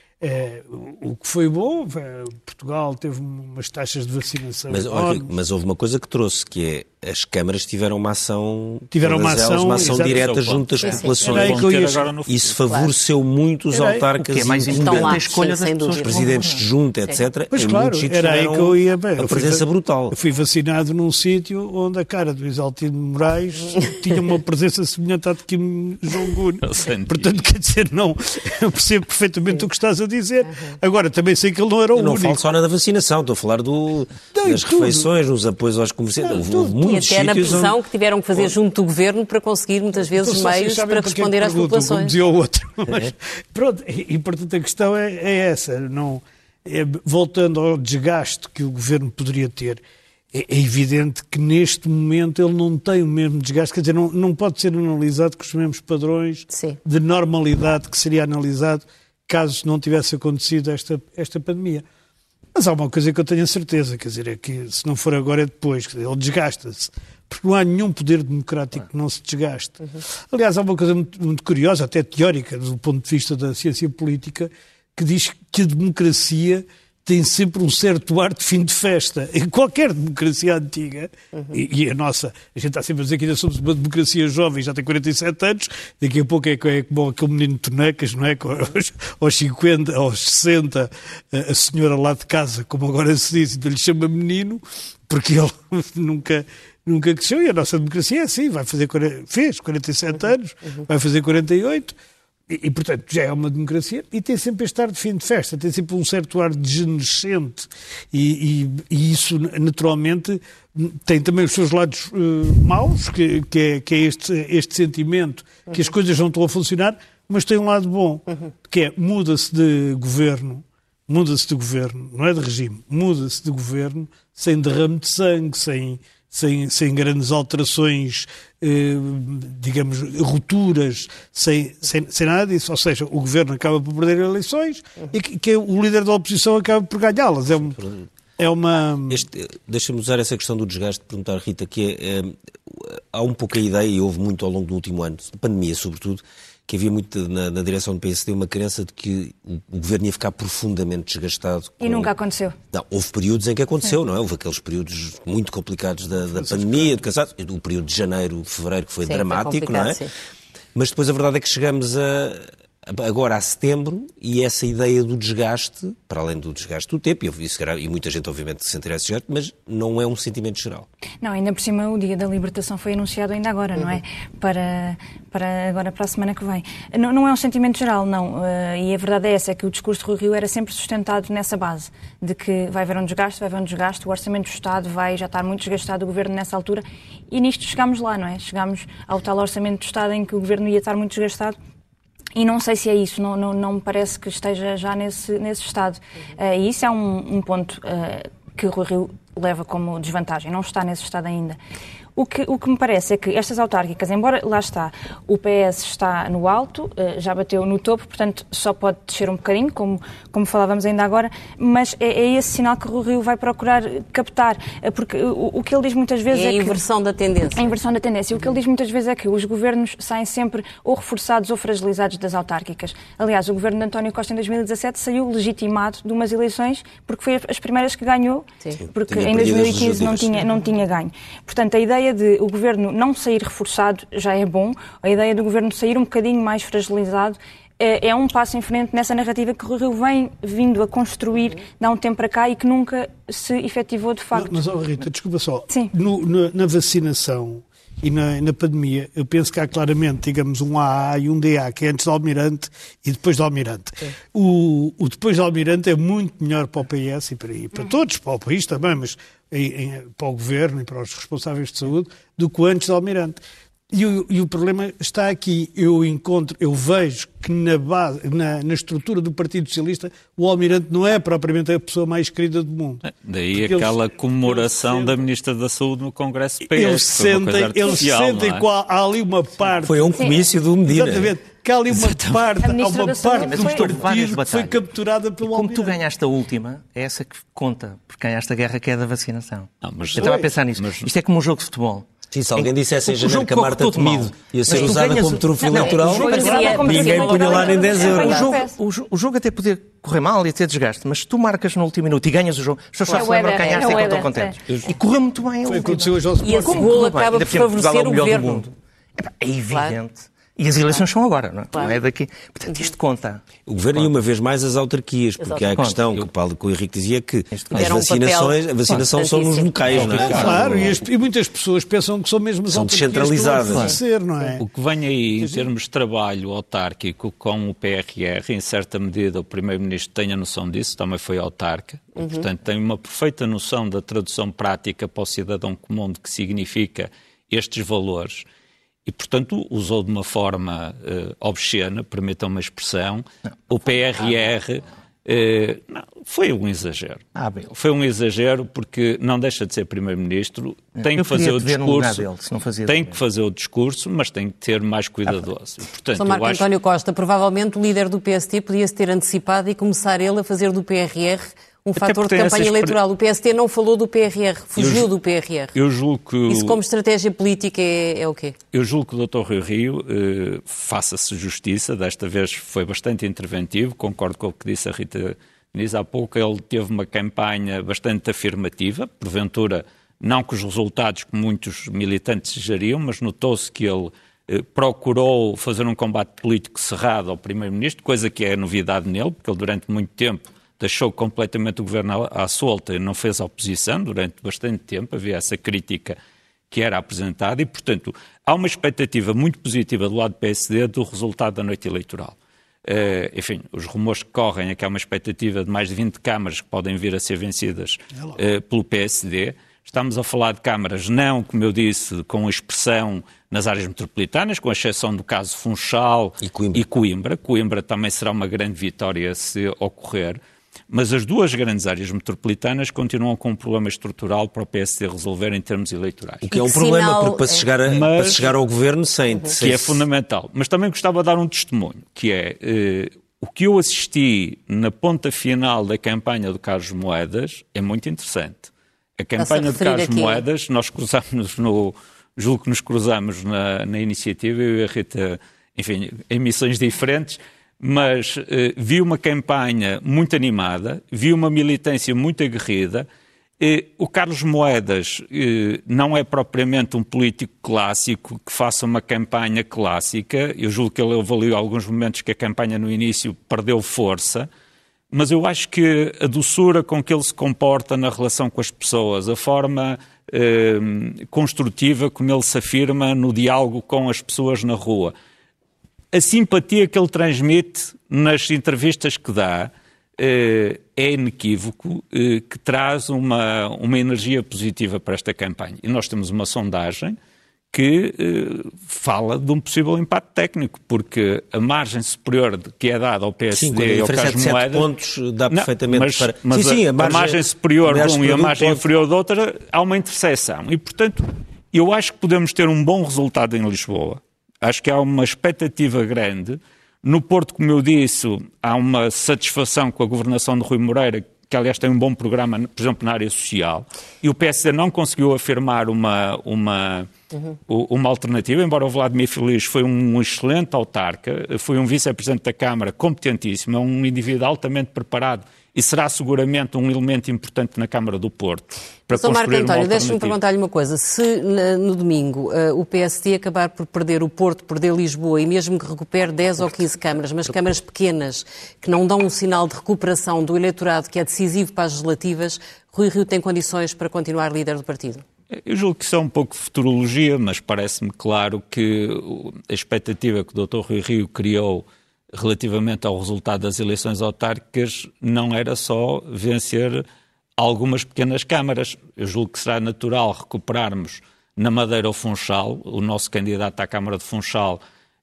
O que foi bom, Portugal teve umas taxas de vacinação. Mas houve uma coisa que trouxe, que é as câmaras tiveram uma ação direta junto às populações. Isso favoreceu muito os autarcas, que é mais importante a escolha das pessoas, os presidentes de junta, etc. Pois claro, era aí que eu ia bem. A presença brutal. Eu fui vacinado num sítio onde a cara do Isaltino Moraes tinha uma presença semelhante à de Kim Jong-un. Portanto, quer dizer, eu percebo perfeitamente o que estás a dizer. Agora, também sei que ele não era o único. Não falo só na vacinação, estou a falar das refeições, nos apoios aos comerciantes. E até na pressão que tiveram que fazer junto do governo para conseguir muitas vezes meios para responder às populações. Como dizia o outro. Mas, pronto, e portanto a questão é essa. Voltando ao desgaste que o governo poderia ter, é evidente que neste momento ele não tem o mesmo desgaste, quer dizer, não pode ser analisado com os mesmos padrões de normalidade que seria analisado caso não tivesse acontecido esta pandemia. Mas há uma coisa que eu tenho a certeza, quer dizer, é que se não for agora é depois, quer dizer, ele desgasta-se, porque não há nenhum poder democrático que não se desgaste. Aliás, há uma coisa muito curiosa, até teórica, do ponto de vista da ciência política, que diz que a democracia tem sempre um certo ar de fim de festa. Em qualquer democracia antiga, e a nossa, a gente está sempre a dizer que ainda somos uma democracia jovem, já tem 47 anos, daqui a pouco é como aquele menino de Tonecas, não é? Aos 50, aos 60, a senhora lá de casa, como agora se diz, então lhe chama menino, porque ele nunca cresceu, e a nossa democracia é assim, fez 47 anos, vai fazer 48, e, portanto, já é uma democracia e tem sempre este ar de fim de festa, tem sempre um certo ar degenerescente e isso, naturalmente, tem também os seus lados maus, que é este sentimento que as coisas não estão a funcionar, mas tem um lado bom, que é muda-se de governo, não é de regime, muda-se de governo sem derrame de sangue, sem grandes alterações, digamos, rupturas, sem nada disso. Ou seja, o governo acaba por perder eleições e que o líder da oposição acaba por ganhá-las. Deixa-me usar essa questão do desgaste de perguntar, Rita, que há um pouco a ideia, e houve muito ao longo do último ano, de pandemia sobretudo, que havia muito na direção do PSD uma crença de que o governo ia ficar profundamente desgastado. E nunca aconteceu. Não, houve períodos em que aconteceu, não é? Houve aqueles períodos muito complicados da pandemia, o período de janeiro, fevereiro, que foi dramático, não é? Sim. Mas depois a verdade é que chegamos agora a setembro e essa ideia do desgaste, para além do desgaste do tempo, e muita gente obviamente se sentirá esse desgaste, mas não é um sentimento geral. Não, ainda por cima o Dia da Libertação foi anunciado ainda agora, não é? Para a semana que vem. Não é um sentimento geral, não. E a verdade é essa, é que o discurso de Rui Rio era sempre sustentado nessa base, de que vai haver um desgaste, o Orçamento do Estado vai já estar muito desgastado, o Governo nessa altura, e nisto chegámos lá, não é? Chegámos ao tal Orçamento do Estado em que o Governo ia estar muito desgastado. E não sei se é isso, não me parece que esteja já nesse estado. E isso é um ponto que o Rui Rio leva como desvantagem, não está nesse estado ainda. O que me parece é que estas autárquicas, embora lá está, o PS está no alto, já bateu no topo, portanto só pode descer um bocadinho, como falávamos ainda agora, mas é esse sinal que o Rui Rio vai procurar captar, porque o que ele diz muitas vezes é a inversão da tendência. A inversão da tendência. O que ele diz muitas vezes é que os governos saem sempre ou reforçados ou fragilizados das autárquicas. Aliás, o governo de António Costa em 2017 saiu legitimado de umas eleições porque foi as primeiras que ganhou, porque em 2015 não tinha ganho. Portanto, a ideia de o governo não sair reforçado já é bom, a ideia do governo sair um bocadinho mais fragilizado é um passo em frente nessa narrativa que o Rio vem vindo a construir de há um tempo para cá e que nunca se efetivou de facto. Mas Rita, desculpa só, Sim. Na vacinação e na pandemia. Eu penso que há claramente, digamos, um AA e um DA, que é antes do Almirante e depois do Almirante. O depois do Almirante é muito melhor para o PS e para todos, para o país também, mas para o Governo e para os responsáveis de saúde, do que o antes do Almirante. E o problema está aqui. Eu vejo que na estrutura do Partido Socialista o Almirante não é propriamente a pessoa mais querida do mundo. Daí aquela comemoração da Ministra da Saúde no Congresso PS. Eles sentem que há ali uma parte... Foi um comício do Medina. Exatamente. Que há ali uma parte do partido que foi capturada pelo Almirante. Como tu Almirante. ganhaste a última, é essa que conta, porque ganhaste a guerra que é a da vacinação. Eu mas estava a pensar nisso. Isto é como um jogo de futebol. Sim, se alguém dissesse em janeiro que a Marta Temido ia ser usada como trunfo eleitoral, ninguém punha lá nem 10 euros. O jogo até poder correr mal e ter desgaste, mas se tu marcas no último minuto e ganhas o jogo, as pessoas só se lembram que ganhaste e estão contentes. E correu muito bem a última. E esse gol acaba por favorecer o governo. É evidente. E as eleições são agora, não é? Claro. Não é daqui. Portanto, isto conta. O Governo e uma vez mais as autarquias, porque há a questão que o Henrique dizia que a vacinação são nos locais, não é? Claro, e muitas pessoas pensam que são mesmo as autarquias descentralizadas. Não é? O que vem aí em termos de trabalho autárquico com o PRR, em certa medida o Primeiro-Ministro tem a noção disso, também foi autarca, portanto tem uma perfeita noção da tradução prática para o cidadão comum de que significa estes valores. E, portanto, usou de uma forma obscena, permitam uma expressão, o PRR foi um exagero. Foi um exagero porque não deixa de ser Primeiro-Ministro, tem que fazer o discurso, mas tem que ter mais cuidadoso. Portanto, Sr. Marco António Costa, provavelmente o líder do PST podia-se ter antecipado e começar ele a fazer do PRR um fator de campanha eleitoral. O PST não falou do PRR, fugiu do PRR. Eu julgo que... Isso como estratégia política é o quê? Eu julgo que o Dr. Rui Rio faça-se justiça, desta vez foi bastante interventivo, concordo com o que disse a Rita Diniz há pouco, ele teve uma campanha bastante afirmativa, porventura não com os resultados que muitos militantes desejariam, mas notou-se que ele procurou fazer um combate político cerrado ao Primeiro-Ministro, coisa que é novidade nele, porque ele durante muito tempo deixou completamente o governo à solta e não fez oposição durante bastante tempo, havia essa crítica que era apresentada e, portanto, há uma expectativa muito positiva do lado do PSD do resultado da noite eleitoral. Enfim, os rumores que correm é que há uma expectativa de mais de 20 câmaras que podem vir a ser vencidas pelo PSD. Estamos a falar de câmaras não, como eu disse, com expressão nas áreas metropolitanas, com exceção do caso Funchal e Coimbra. Coimbra também será uma grande vitória se ocorrer. Mas as duas grandes áreas metropolitanas continuam com um problema estrutural para o PSD resolver em termos eleitorais. O que é um problema, porque para se chegar ao governo sem... Que é fundamental. Mas também gostava de dar um testemunho, que é o que eu assisti na ponta final da campanha do Carlos Moedas é muito interessante. A campanha de Carlos Moedas, nós julgo que nos cruzamos na iniciativa, eu e a Rita, enfim, em missões diferentes, mas vi uma campanha muito animada, vi uma militância muito aguerrida. O Carlos Moedas não é propriamente um político clássico que faça uma campanha clássica. Eu julgo que ele avaliou alguns momentos que a campanha no início perdeu força, mas eu acho que a doçura com que ele se comporta na relação com as pessoas, a forma construtiva como ele se afirma no diálogo com as pessoas na rua, a simpatia que ele transmite nas entrevistas que dá é inequívoco, que traz uma energia positiva para esta campanha. E nós temos uma sondagem que fala de um possível impacto técnico, porque a margem superior que é dada ao PSD e ao Carlos Moedas... pontos dá perfeitamente para... Mas a margem superior de um e a margem inferior de outra, há uma interseção. E, portanto, eu acho que podemos ter um bom resultado em Lisboa. Acho que há uma expectativa grande. No Porto, como eu disse, há uma satisfação com a governação de Rui Moreira, que aliás tem um bom programa, por exemplo, na área social, e o PSD não conseguiu afirmar uma alternativa, embora o Vladimir Feliz foi um excelente autarca, foi um vice-presidente da Câmara competentíssimo, é um indivíduo altamente preparado e será seguramente um elemento importante na Câmara do Porto para construir uma alternativa. Marco António, deixe-me perguntar-lhe uma coisa. Se no domingo o PSD acabar por perder o Porto, perder Lisboa e mesmo que recupere 10 ou 15 câmaras, mas câmaras pequenas que não dão um sinal de recuperação do eleitorado que é decisivo para as legislativas, Rui Rio tem condições para continuar líder do partido? Eu julgo que isso é um pouco de futurologia, mas parece-me claro que a expectativa que o Dr. Rui Rio criou relativamente ao resultado das eleições autárquicas não era só vencer algumas pequenas câmaras. Eu julgo que será natural recuperarmos na Madeira o Funchal. O nosso candidato à Câmara de Funchal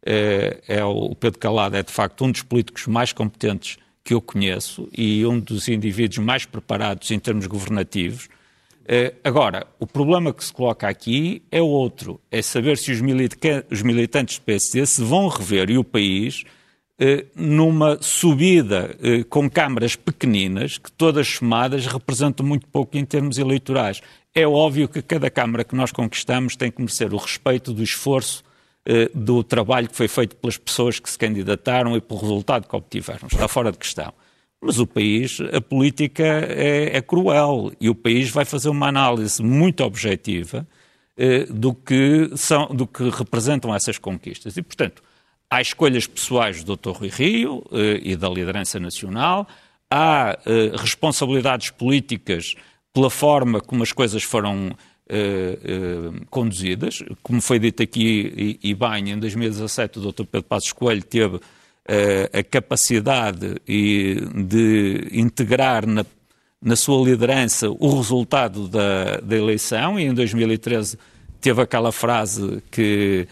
o Pedro Calado, é de facto um dos políticos mais competentes que eu conheço e um dos indivíduos mais preparados em termos governativos. Agora, o problema que se coloca aqui é outro, é saber se os militantes do PSD se vão rever e o país numa subida com câmaras pequeninas, que todas somadas representam muito pouco em termos eleitorais. É óbvio que cada câmara que nós conquistamos tem que merecer o respeito do esforço do trabalho que foi feito pelas pessoas que se candidataram e pelo resultado que obtiveram. Está fora de questão. Mas o país, a política é cruel e o país vai fazer uma análise muito objetiva do que representam essas conquistas. E, portanto, há escolhas pessoais do Dr. Rui Rio e da liderança nacional, há responsabilidades políticas pela forma como as coisas foram conduzidas. Como foi dito aqui e bem, em 2017 o Dr. Pedro Passos Coelho teve a capacidade de integrar na sua liderança o resultado da eleição e em 2013 teve aquela frase que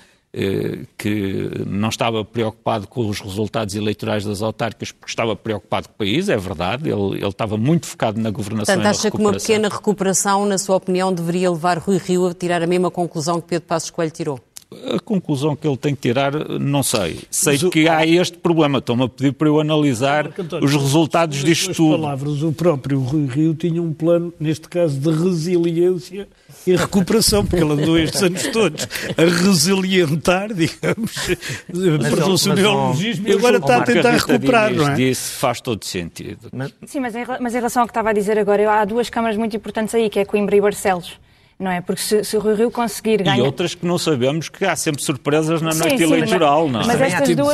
não estava preocupado com os resultados eleitorais das autárquicas porque estava preocupado com o país, é verdade, ele estava muito focado na governação. Portanto, acha que uma pequena recuperação, na sua opinião, deveria levar Rui Rio a tirar a mesma conclusão que Pedro Passos Coelho tirou? A conclusão que ele tem que tirar, não sei. Sei que há este problema. Estão-me a pedir para eu analisar os resultados disto tudo. Palavras, o próprio Rui Rio tinha um plano, neste caso, de resiliência e recuperação, porque ele andou estes anos todos a resilientar, digamos, perdão-se o neologismo, e agora está a tentar recuperar, não é? Disse, faz todo sentido. Sim, mas em relação ao que estava a dizer agora, há duas câmaras muito importantes aí, que é Coimbra e Barcelos. Não é? Porque se o Rui Rio conseguir ganhar... E outras que não sabemos, que há sempre surpresas na noite eleitoral, não é? Mas estas duas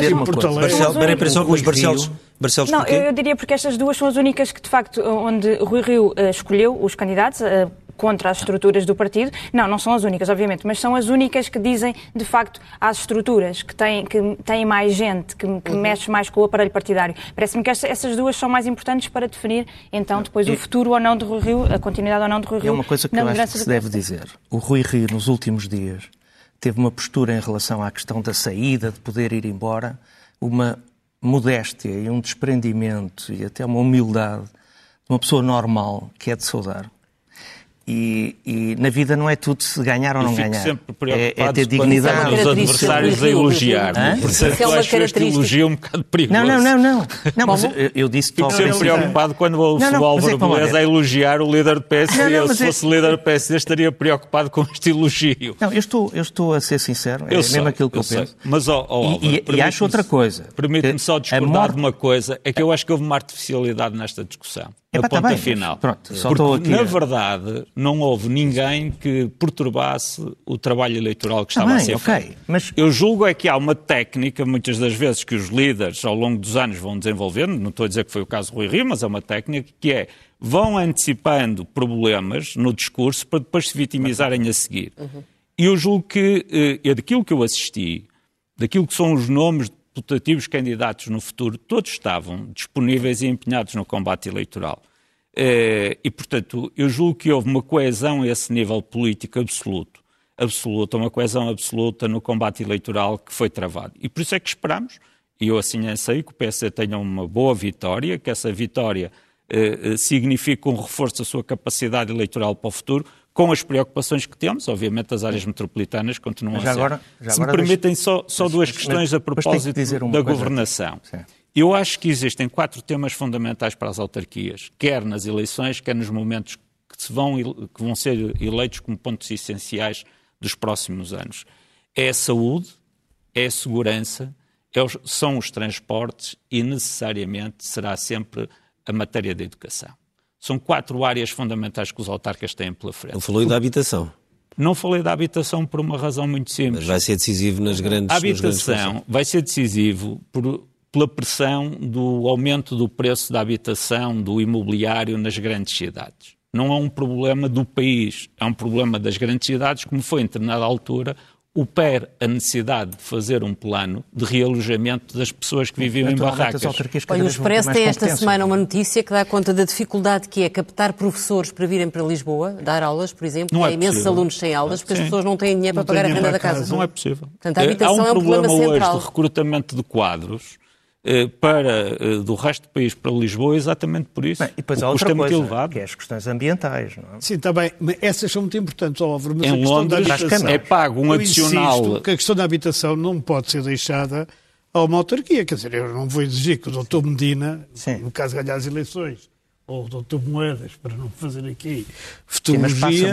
Barcelos não, eu diria porque estas duas são as únicas que, de facto, onde Rui Rio escolheu os candidatos contra as estruturas do partido. Não são as únicas, obviamente, mas são as únicas que dizem, de facto, às estruturas, que têm mais gente, que mexe mais com o aparelho partidário. Parece-me que essas duas são mais importantes para definir, então, depois o futuro ou não de Rui Rio, a continuidade ou não de Rui Rio. É uma coisa que eu acho que se deve dizer. O Rui Rio, nos últimos dias, teve uma postura em relação à questão da saída, de poder ir embora, uma modéstia e um desprendimento e até uma humildade de uma pessoa normal, que é de saudar. E na vida não é tudo se ganhar ou não ganhar. É ter dignidade. Os adversários a elogiar. Portanto, eu acho este elogio um bocado perigoso. Não, mas eu disse... Fico sempre preocupado quando ouço o Álvaro Beleza a elogiar o líder do PSD. Eu, se fosse líder do PSD, estaria preocupado com este elogio. Não, eu estou a ser sincero. É mesmo aquilo que eu penso. Mas, Álvaro, e acho outra coisa. Permite-me só discordar de uma coisa. É que eu acho que houve uma artificialidade nesta discussão. A ponta final. Pronto, porque, na verdade, não houve ninguém que perturbasse o trabalho eleitoral que estava a ser feito. Mas... Eu julgo é que há uma técnica, muitas das vezes, que os líderes, ao longo dos anos, vão desenvolvendo, não estou a dizer que foi o caso do Rui Rio, mas é uma técnica que é, vão antecipando problemas no discurso para depois se vitimizarem a seguir. E eu julgo que, daquilo que eu assisti, daquilo que são os nomes de putativos candidatos no futuro, todos estavam disponíveis e empenhados no combate eleitoral. E, portanto, eu julgo que houve uma coesão a esse nível político absoluta, uma coesão absoluta no combate eleitoral que foi travado. E por isso é que esperamos, e eu assim anseio, que o PSD tenha uma boa vitória, que essa vitória signifique um reforço da sua capacidade eleitoral para o futuro, com as preocupações que temos. Obviamente as áreas metropolitanas continuam a ser. Se me permitem só duas questões a propósito da governação. Eu acho que existem 4 temas fundamentais para as autarquias, quer nas eleições, quer nos momentos que vão ser eleitos como pontos essenciais dos próximos anos. É a saúde, é a segurança, são os transportes e, necessariamente, será sempre a matéria da educação. São 4 áreas fundamentais que os autarcas têm pela frente. Não falou da habitação. Não falei da habitação por uma razão muito simples. Mas vai ser decisivo nas grandes... A habitação vai ser decisivo pela pressão do aumento do preço da habitação, do imobiliário nas grandes cidades. não é um problema do país, é um problema das grandes cidades, como foi em determinada altura opera a necessidade de fazer um plano de realojamento das pessoas que viviam em barracas. Olha, o Expresso tem esta semana uma notícia que dá conta da dificuldade que é captar professores para virem para Lisboa, dar aulas, por exemplo, há imensos alunos sem aulas, porque as pessoas não têm dinheiro para pagar a renda da casa. Não é possível. Portanto, a habitação há um problema central hoje de recrutamento de quadros do resto do país para Lisboa, exatamente por isso. Bem, e depois há outra coisa, que é as questões ambientais. Não é? Sim, está bem, mas essas são muito importantes, Álvaro. Mas em Londres é pago um adicional. Insisto que a questão da habitação não pode ser deixada a uma autarquia. Quer dizer, eu não vou exigir que o Dr. Medina, no caso de ganhar as eleições, ou o Dr. Moedas, para não fazer aqui futurologia,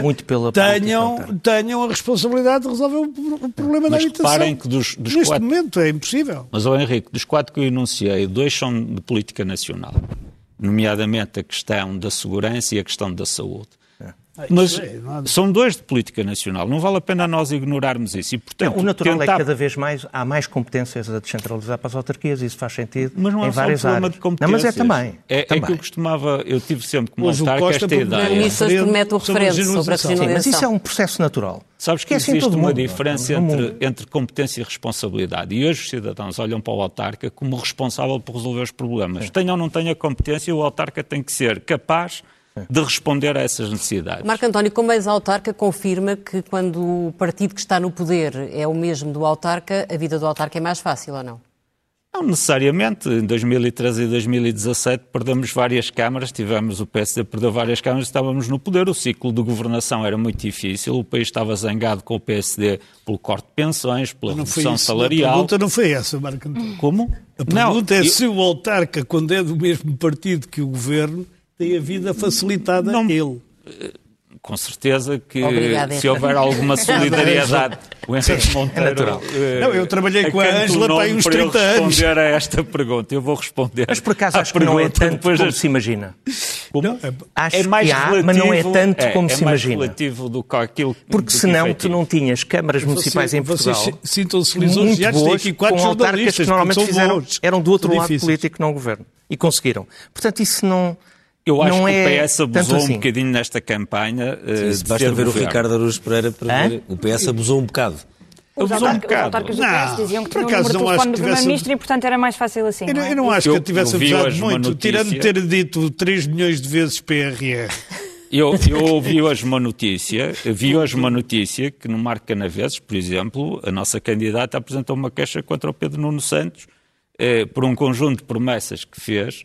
tenham a responsabilidade de resolver o problema da habitação. Reparem que neste momento é impossível. Mas, Henrique, dos 4 que eu enunciei, 2 são de política nacional, nomeadamente a questão da segurança e a questão da saúde. Mas são 2 de política nacional, não vale a pena nós ignorarmos isso. E, portanto, o natural é que cada vez mais há mais competências a descentralizar para as autarquias, isso faz sentido em várias áreas. Mas é também. É que eu tive sempre como autarca esta ideia. O Ministro promete o referendo sobre a regionalização. Mas isso é um processo natural. Sabes que existe uma diferença entre competência e responsabilidade. E hoje os cidadãos olham para o autarca como responsável por resolver os problemas. Tenha ou não tenha competência, o autarca tem que ser capaz de responder a essas necessidades. Marco António, como ex-autarca, confirma que quando o partido que está no poder é o mesmo do autarca, a vida do autarca é mais fácil ou não? Não necessariamente. Em 2013 e 2017 perdemos várias câmaras, o PSD perdeu várias câmaras e estávamos no poder. O ciclo de governação era muito difícil, o país estava zangado com o PSD pelo corte de pensões, pela redução salarial. A pergunta não foi essa, Marco António. Como? A pergunta se o autarca, quando é do mesmo partido que o governo, tem a vida facilitada ele. Com certeza que se houver alguma solidariedade, o Henrique Monteiro... eu trabalhei com a Ângela para aí uns 30 anos. Eu responder a esta pergunta, eu vou responder. Mas por acaso acho que não é tanto como se imagina. Acho é mais que há, relativo, mas não é tanto como se imagina. É mais relativo do que aquilo porque senão tu não tinhas câmaras municipais em Portugal sintam-se lisonjeados, muito aqui 4 com autarcas que normalmente eram do outro lado político, não governo. E conseguiram. Portanto, isso não... Eu acho que o PS abusou um bocadinho nesta campanha. Basta ver o Ricardo Araújo Pereira para ver. O PS abusou um bocado. Os autarcas do PS diziam que tinham o número de telefone do Primeiro-Ministro e, portanto, era mais fácil assim. Eu não acho que eu tivesse abusado muito, tirando de ter dito 3 milhões de vezes PRR. Eu ouvi hoje uma notícia, que no Marco Canaveses, por exemplo, a nossa candidata apresentou uma queixa contra o Pedro Nuno Santos por um conjunto de promessas que fez,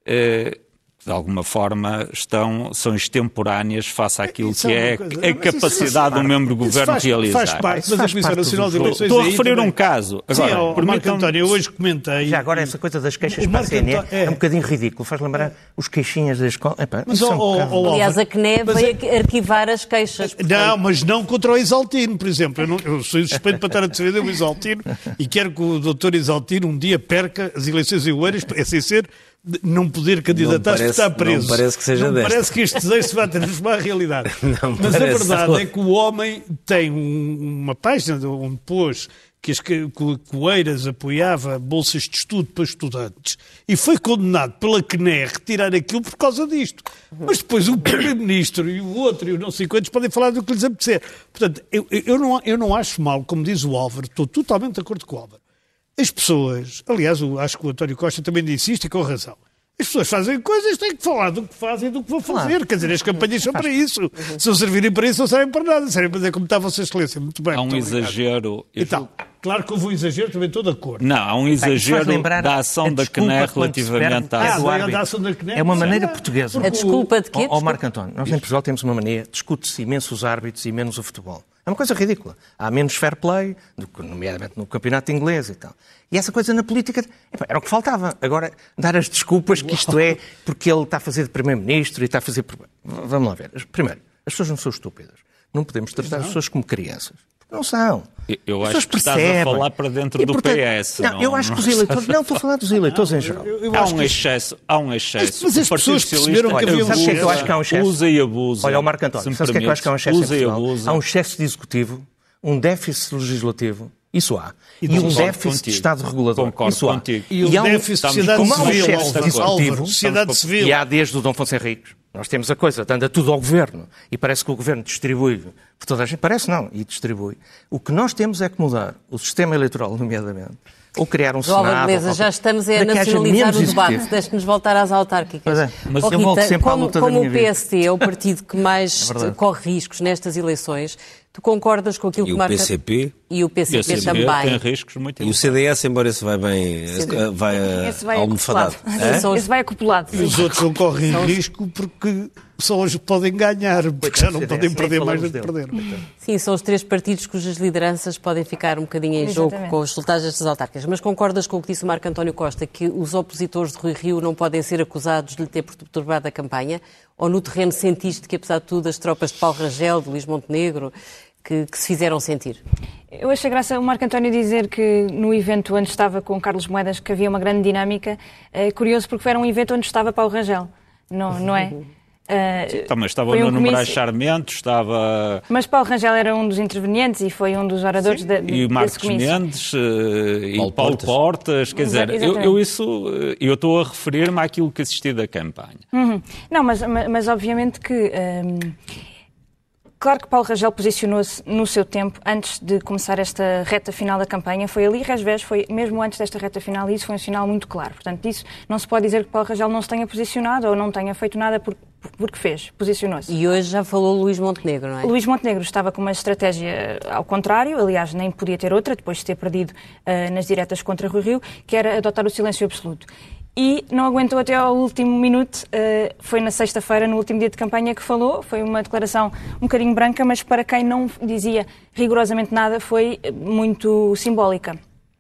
de alguma forma são extemporâneas face àquilo que é a capacidade do membro do governo realizar. Faz parte da Comissão Nacional de Eleições. Estou a referir um caso. Agora, Marco António, eu hoje comentei... Já agora essa coisa das queixas para a CNE é um bocadinho ridículo. Faz lembrar os queixinhas da escola. Aliás, a CNE veio arquivar as queixas. Não, mas não contra o Isaltino, por exemplo. Eu sou suspeito para estar a defender o Isaltino e quero que o doutor Isaltino um dia perca as eleições em Oeiras, sem ser... não poder candidatar-se porque está preso. Não parece que seja desta. Parece que este desejo se vai transformar em realidade. Mas a verdade é que o homem tem uma página onde pôs que as Oeiras apoiava bolsas de estudo para estudantes e foi condenado pela CNE a retirar aquilo por causa disto. Mas depois o Primeiro-Ministro e o outro e os não sei quantos podem falar do que lhes apetecer. Portanto, eu não acho mal, como diz o Álvaro, estou totalmente de acordo com o Álvaro. As pessoas, aliás, acho que o António Costa também disse isto e com razão. As pessoas fazem coisas, têm que falar do que fazem e do que vão fazer. Claro. Quer dizer, as campanhas são para isso. Se não servirem para isso, não servem para nada. Servem para dizer como está a Vossa Excelência. Muito bem. Há um exagero. Então, claro que houve um exagero, também estou de acordo. Não, há um exagero da ação da CNE relativamente à ação da CNE. É uma maneira portuguesa. A desculpa de quê? Marco António, nós em Portugal temos uma mania, discute-se imenso os árbitros e menos o futebol. É uma coisa ridícula. Há menos fair play, nomeadamente no campeonato inglês e tal. E essa coisa na política, era o que faltava. Agora, dar as desculpas que isto é porque ele está a fazer de Primeiro-Ministro e está a fazer... Vamos lá ver. Primeiro, as pessoas não são estúpidas. Não podemos tratar as pessoas como crianças. Porque não são. Eu acho que estás a falar para dentro do PS. Não, eu acho que os eleitores... Não, estou a falar dos eleitores em geral. Há um excesso. Mas as pessoas perceberam que havia um excesso. Sabe o que é que eu acho que há um excesso? Usa e abusa. Olha, o Marco António, sabe o que é que eu acho que há um excesso em Portugal? Há um excesso de executivo, um déficit legislativo, isso há. E um déficit de Estado regulador, isso há. E um déficit de sociedade civil, e há desde o Dom Afonso Henriques, Nós temos a coisa, anda tudo ao Governo e parece que o Governo distribui por toda a gente. Parece não, e distribui. O que nós temos é que mudar o sistema eleitoral, nomeadamente, ou criar um Senado... Já estamos a nacionalizar o debate. Deixe-nos voltar às autárquicas. Mas eu volto sempre à luta da minha vida. Como o PSD é o partido que mais corre riscos nestas eleições, tu concordas com aquilo que marca... E o PCP também. Tem riscos muito E o CDS, embora esse vai bem... vai almofadado. Esse vai acoplado. Os outros não correm risco porque só hoje podem ganhar, porque já não podem perder mais do que perder. Sim, são os 3 partidos cujas lideranças podem ficar um bocadinho em jogo com os resultados destas autárquicas. Mas concordas com o que disse o Marco António Costa, que os opositores de Rui Rio não podem ser acusados de lhe ter perturbado a campanha? Ou no terreno sentiste que, apesar de tudo, as tropas de Paulo Rangel, de Luís Montenegro, que se fizeram sentir? Eu achei graça o Marco António dizer que no evento onde estava com Carlos Moedas que havia uma grande dinâmica. É curioso porque era um evento onde estava Paulo Rangel, não é? Também estava no Moraes Charmento, estava... Mas Paulo Rangel era um dos intervenientes e foi um dos oradores e Marcos Mendes e Paulo Portas, quer dizer, eu estou a referir-me àquilo que assisti da campanha. Não, mas obviamente que... Claro que Paulo Rangel posicionou-se no seu tempo, antes de começar esta reta final da campanha, foi ali, Resvés, foi mesmo antes desta reta final, e isso foi um sinal muito claro. Portanto, disso não se pode dizer que Paulo Rangel não se tenha posicionado ou não tenha feito nada porque fez, posicionou-se. E hoje já falou Luís Montenegro, não é? Luís Montenegro estava com uma estratégia ao contrário, aliás, nem podia ter outra, depois de ter perdido nas diretas contra Rui Rio, que era adotar o silêncio absoluto. E não aguentou até ao último minuto, foi na sexta-feira, no último dia de campanha que falou, foi uma declaração um bocadinho branca, mas para quem não dizia rigorosamente nada, foi muito simbólica.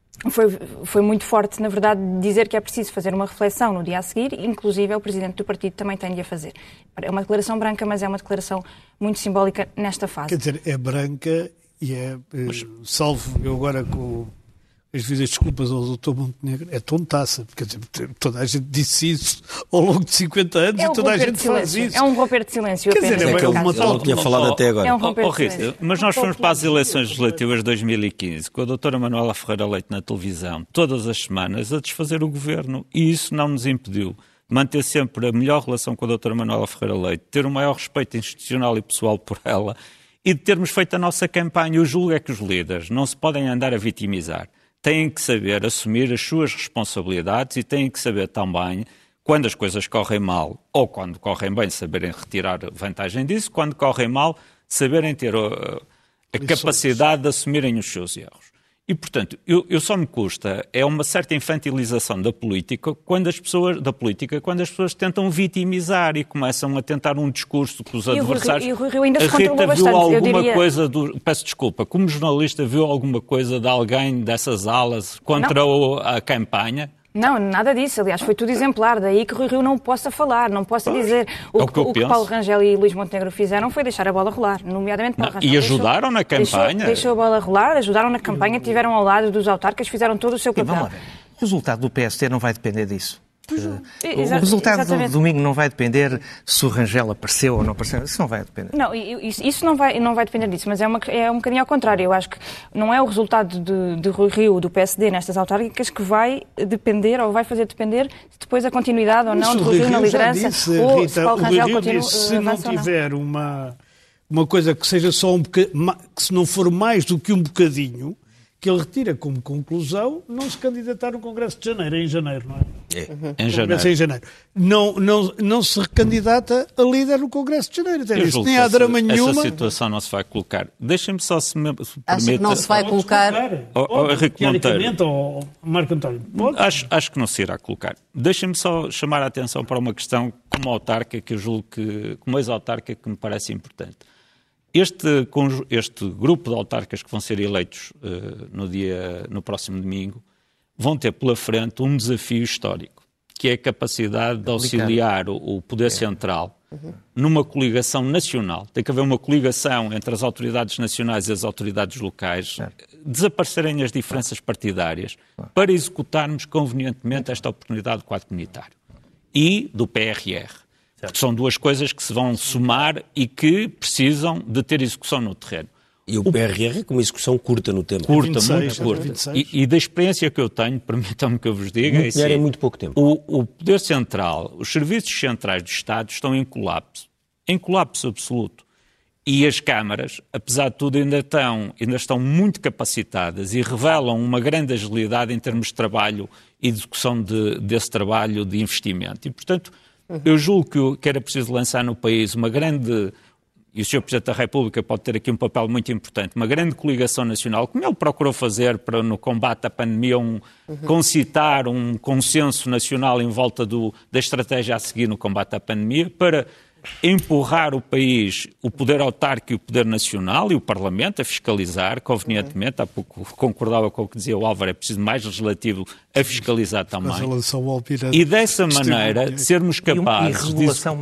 Foi muito forte, na verdade, dizer que é preciso fazer uma reflexão no dia a seguir, inclusive o Presidente do Partido também tem de a fazer. É uma declaração branca, mas é uma declaração muito simbólica nesta fase. Quer dizer, é branca e salvo eu agora com... as devidas desculpas ao Dr. Montenegro, é tontaça, porque toda a gente disse isso ao longo de 50 anos e toda a gente faz isso. É um romper de silêncio. Quer dizer, ele não tinha falado até agora. É um romper de silêncio. Mas nós fomos para as eleições legislativas de 2015, com a doutora Manuela Ferreira Leite na televisão, todas as semanas, a desfazer o governo, e isso não nos impediu de manter sempre a melhor relação com a doutora Manuela Ferreira Leite, ter o maior respeito institucional e pessoal por ela, e de termos feito a nossa campanha. Eu julgo é que os líderes não se podem andar a vitimizar. Têm que saber assumir as suas responsabilidades e têm que saber também, quando as coisas correm mal ou quando correm bem, saberem retirar vantagem disso, quando correm mal, saberem ter a capacidade de assumirem os seus erros. E, portanto, eu só me custa, é uma certa infantilização da política quando as pessoas tentam vitimizar e começam a tentar um discurso que os adversários... E o Rui Rio ainda se controlou bastante, viu alguma eu diria... coisa peço desculpa, como jornalista viu alguma coisa de alguém dessas alas contra a campanha? Não, nada disso. Aliás, foi tudo exemplar. Daí que Rui Rio não possa falar, não possa dizer. O que Paulo Rangel e Luís Montenegro fizeram foi deixar a bola rolar, nomeadamente Paulo Rangel. E ajudaram na campanha. Deixou a bola rolar, ajudaram na campanha, estiveram ao lado dos autarcas, fizeram todo o seu papel. Vamos lá ver. O resultado do PST não vai depender disso. O resultado do domingo não vai depender se o Rangel apareceu ou não apareceu. Isso não vai depender. Não, isso não vai depender disso, mas é um bocadinho ao contrário. Eu acho que não é o resultado de Rui Rio, do PSD, nestas autárquicas, que vai depender ou vai fazer depender depois a continuidade ou não de Rui Rio na liderança. Ou Rita, se Paulo Rangel continua se não tiver uma coisa que seja só um bocadinho, que se não for mais do que um bocadinho, que ele retira como conclusão não se candidatar no Congresso de Janeiro, em janeiro, não é? Em janeiro. Não se recandidata a líder no Congresso de Janeiro. Isso nem há drama nenhuma. Essa situação não se vai colocar. Deixem-me só se me permita... Acho que não se vai colocar... Henrique Monteiro. Ou Marco António. Acho que não se irá colocar. Deixem-me só chamar a atenção para uma questão como autarca, que eu julgo que, como ex-autarca, que me parece importante. Este grupo de autarcas que vão ser eleitos no próximo domingo vão ter pela frente um desafio histórico, que é a capacidade de auxiliar o poder central numa coligação nacional. Tem que haver uma coligação entre as autoridades nacionais e as autoridades locais, desaparecerem as diferenças partidárias para executarmos convenientemente esta oportunidade do quadro comunitário e do PRR. Porque são duas coisas que se vão somar e que precisam de ter execução no terreno. E o PRR com uma execução curta no tempo. Curta, 26, muito curta. 26. E da experiência que eu tenho, permitam-me que eu vos diga, Muito dinheiro em muito pouco tempo. O poder central, os serviços centrais do Estado estão em colapso absoluto. E as câmaras, apesar de tudo, ainda estão muito capacitadas e revelam uma grande agilidade em termos de trabalho e de execução desse trabalho de investimento. E, portanto, eu julgo que era preciso lançar no país uma grande... E o Sr. Presidente da República pode ter aqui um papel muito importante, uma grande coligação nacional, como ele procurou fazer no combate à pandemia, concitar um consenso nacional em volta da estratégia a seguir no combate à pandemia, para empurrar o país, o poder autárquico e o poder nacional e o Parlamento a fiscalizar, convenientemente, há pouco concordava com o que dizia o Álvaro, é preciso mais legislativo a fiscalizar também. E dessa maneira sermos capazes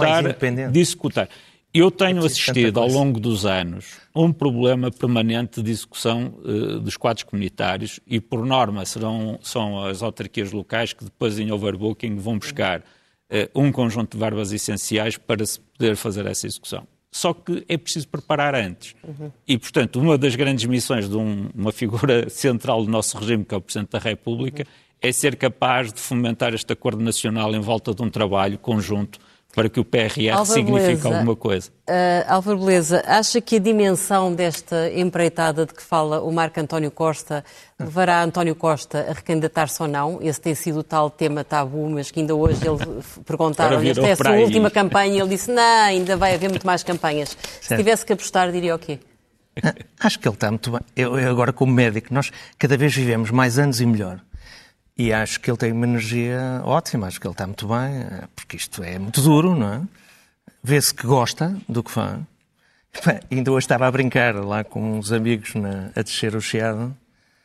de executar. Eu tenho assistido ao longo dos anos a um problema permanente de execução dos quadros comunitários e, por norma, são as autarquias locais que depois, em overbooking, vão buscar um conjunto de verbas essenciais para se poder fazer essa execução. Só que é preciso preparar antes. E, portanto, uma das grandes missões de uma figura central do nosso regime, que é o Presidente da República, é ser capaz de fomentar este acordo nacional em volta de um trabalho conjunto para que o PRR signifique alguma coisa. Álvaro Beleza, acha que a dimensão desta empreitada de que fala o Marco António Costa levará António Costa a recandidatar-se ou não? Esse tem sido o tal tema tabu, mas que ainda hoje ele perguntaram, esta é a sua última campanha, e ele disse, não, ainda vai haver muito mais campanhas. Se tivesse que apostar, diria o quê? Acho que ele está muito bem. Eu agora, como médico, nós cada vez vivemos mais anos e melhor. E acho que ele tem uma energia ótima, acho que ele está muito bem, porque isto é muito duro, não é? Vê-se que gosta do que faz. Ainda hoje estava a brincar lá com uns amigos a descer o Chiado.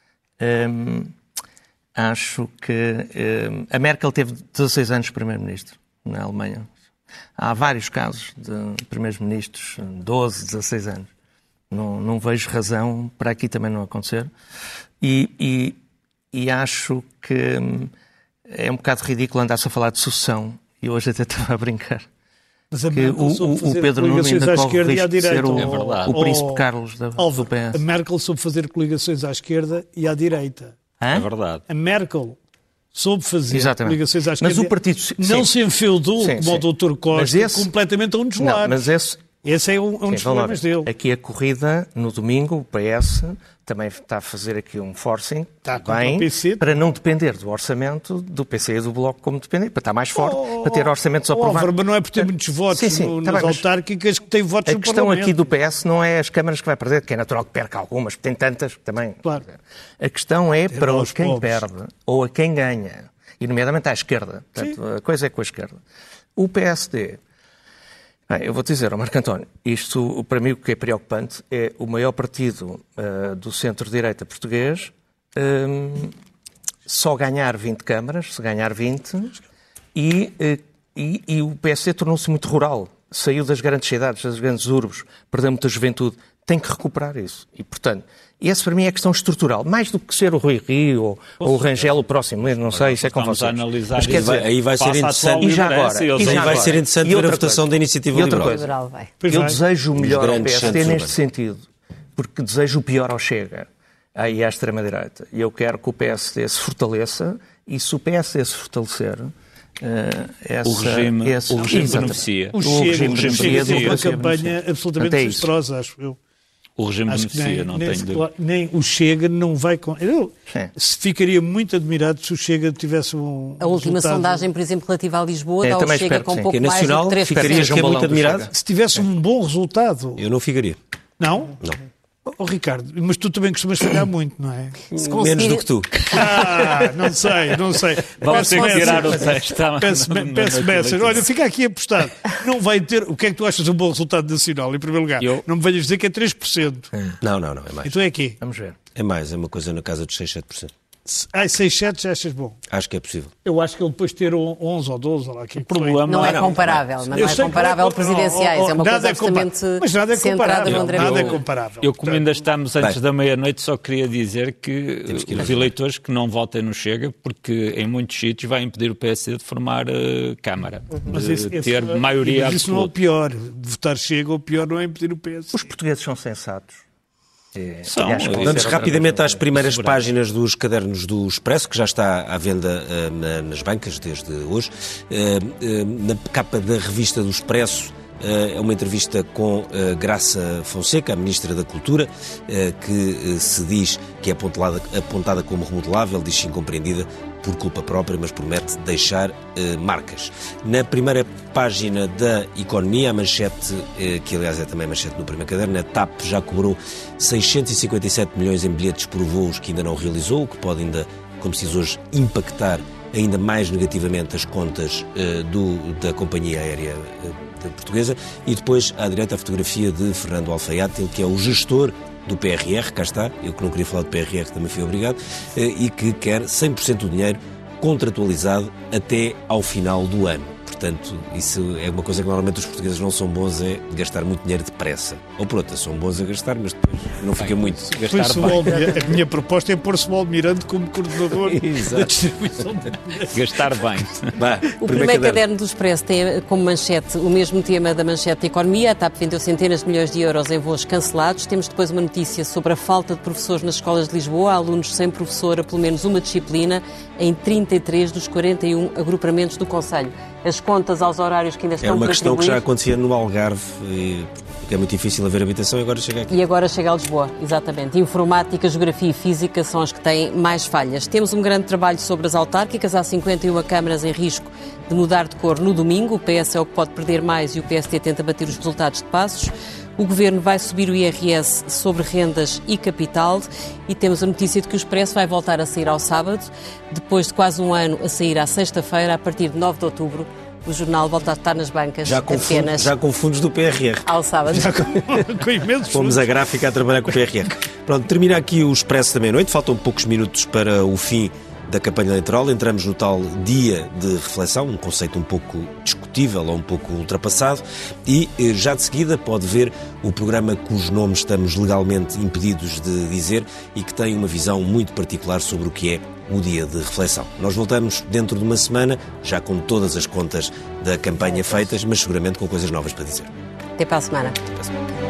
Acho que a Merkel teve 16 anos de primeiro-ministro na Alemanha. Há vários casos de primeiros-ministros, 12, 16 anos. Não vejo razão para aqui também não acontecer. E acho que é um bocado ridículo andar-se a falar de sucessão. E hoje até estava a brincar. Mas a que o Pedro Nuno ainda corre o risco de ser o príncipe Carlos do PS. A Merkel soube fazer coligações à esquerda e à direita. É verdade. A Merkel soube fazer coligações à esquerda. Mas o partido... Não se enfeudou, como o Dr. Costa, completamente a um dos lados. Mas esse é um dos problemas dele. Aqui a corrida, no domingo, o PS também está a fazer aqui um forcing para não depender do orçamento do PC e do Bloco como depender, para estar mais forte, para ter orçamentos aprovados. Mas não é por ter muitos votos nas autárquicas que tem votos no Parlamento. A questão aqui do PS não é as câmaras que vai perder, que é natural que perca algumas, porque tem tantas que também... Claro. A questão é para quem perde ou a quem ganha, e nomeadamente à esquerda. Portanto, a coisa é com a esquerda. O PSD... eu vou-te dizer, Marco António, isto para mim o que é preocupante é o maior partido do centro-direita português só ganhar 20 câmaras, se ganhar 20, e o PSD tornou-se muito rural, saiu das grandes cidades, das grandes urbes, perdeu muita juventude, tem que recuperar isso. E, portanto, essa para mim é a questão estrutural, mais do que ser o Rui Rio ou o Rangel o próximo, não sei, isso é com vocês. Mas quer dizer, aí vai ser interessante. E já agora vai ser interessante ver a votação da Iniciativa Liberal. Eu desejo o melhor ao PSD neste sentido, porque desejo o pior ao Chega e à extrema-direita. E eu quero que o PSD se fortaleça, e se o PSD se fortalecer... o regime beneficia. O Chega teve uma campanha absolutamente desastrosa, acho eu. O regime beneficia, não tenho dúvida. Nem o Chega não vai... Eu ficaria muito admirado se o Chega tivesse A última sondagem, por exemplo, relativa a Lisboa, dá o Chega com um pouco mais de 3%. Ficarias muito admirado? Se tivesse um bom resultado... Eu não ficaria. Não? Não. Ricardo, mas tu também costumas falhar muito, não é? Menos do que tu. Não sei. Vamos ter que tirar o texto. Peço. Olha, fica aqui apostado. Não vai ter... O que é que tu achas de um bom resultado nacional, em primeiro lugar? Não me venhas dizer que é 3%. Não, é mais. Então é quê? Vamos ver. É mais, é uma coisa na casa dos 6-7%. 6-7 já achas bom? Acho que é possível. Eu acho que ele depois ter 11 ou 12, lá, que não é comparável, não é comparável presidenciais, é uma coisa absolutamente centrada no André. Nada é comparável. Eu, como ainda estamos antes da meia-noite, só queria dizer que os eleitores que não votem no Chega, porque em muitos sítios vai impedir o PSD de formar Câmara, de ter maioria absoluta. Isso não é o pior. Votar Chega, o pior não é impedir o PSD. Os portugueses são sensatos. Vamos rapidamente às primeiras páginas dos cadernos do Expresso, que já está à venda nas bancas desde hoje. Na capa da revista do Expresso, é uma entrevista com Graça Fonseca, a Ministra da Cultura, que se diz que é apontada como remodelável, diz incompreendida por culpa própria, mas promete deixar marcas. Na primeira página da Economia, a manchete, que aliás é também a manchete no primeiro caderno, a TAP já cobrou 657 milhões em bilhetes por voos que ainda não realizou, o que pode ainda, como se diz hoje, impactar ainda mais negativamente as contas da companhia aérea portuguesa. E depois, à direita, a fotografia de Fernando Alfaiate, ele que é o gestor do PRR, cá está, eu que não queria falar do PRR também fui obrigado, e que quer 100% do dinheiro contratualizado até ao final do ano. Portanto, isso é uma coisa que normalmente os portugueses não são bons, é de gastar muito dinheiro depressa. Ou por outra, são bons a gastar, mas depois não fica muito. A minha proposta é pôr-se o Almirante como coordenador da distribuição de dinheiro. Gastar bem. O primeiro caderno do Expresso tem como manchete o mesmo tema da manchete da Economia. A TAP vendeu centenas de milhões de euros em voos cancelados. Temos depois uma notícia sobre a falta de professores nas escolas de Lisboa. Há alunos sem professor a pelo menos uma disciplina em 33 dos 41 agrupamentos do Conselho. As contas aos horários que ainda estão por atribuir. É uma questão que já acontecia no Algarve, porque é muito difícil haver habitação e agora chega aqui. E agora chega a Lisboa, exatamente. Informática, Geografia e Física são as que têm mais falhas. Temos um grande trabalho sobre as autárquicas. Há 51 câmaras em risco de mudar de cor no domingo. O PS é o que pode perder mais e o PSD tenta bater os resultados de Passos. O Governo vai subir o IRS sobre rendas e capital e temos a notícia de que o Expresso vai voltar a sair ao sábado, depois de quase um ano a sair à sexta-feira, a partir de 9 de outubro. O jornal volta a estar nas bancas já com fundos do PRR. Ao sábado. Com imensos Fomos a gráfica a trabalhar com o PRR. Pronto, termina aqui o Expresso da meia-noite. Faltam poucos minutos para o fim da campanha eleitoral. Entramos no tal dia de reflexão, um conceito um pouco discutível ou um pouco ultrapassado, e já de seguida pode ver o programa cujo nome estamos legalmente impedidos de dizer e que tem uma visão muito particular sobre o que é o dia de reflexão. Nós voltamos dentro de uma semana, já com todas as contas da campanha feitas, mas seguramente com coisas novas para dizer. Até para a semana. Até para a semana.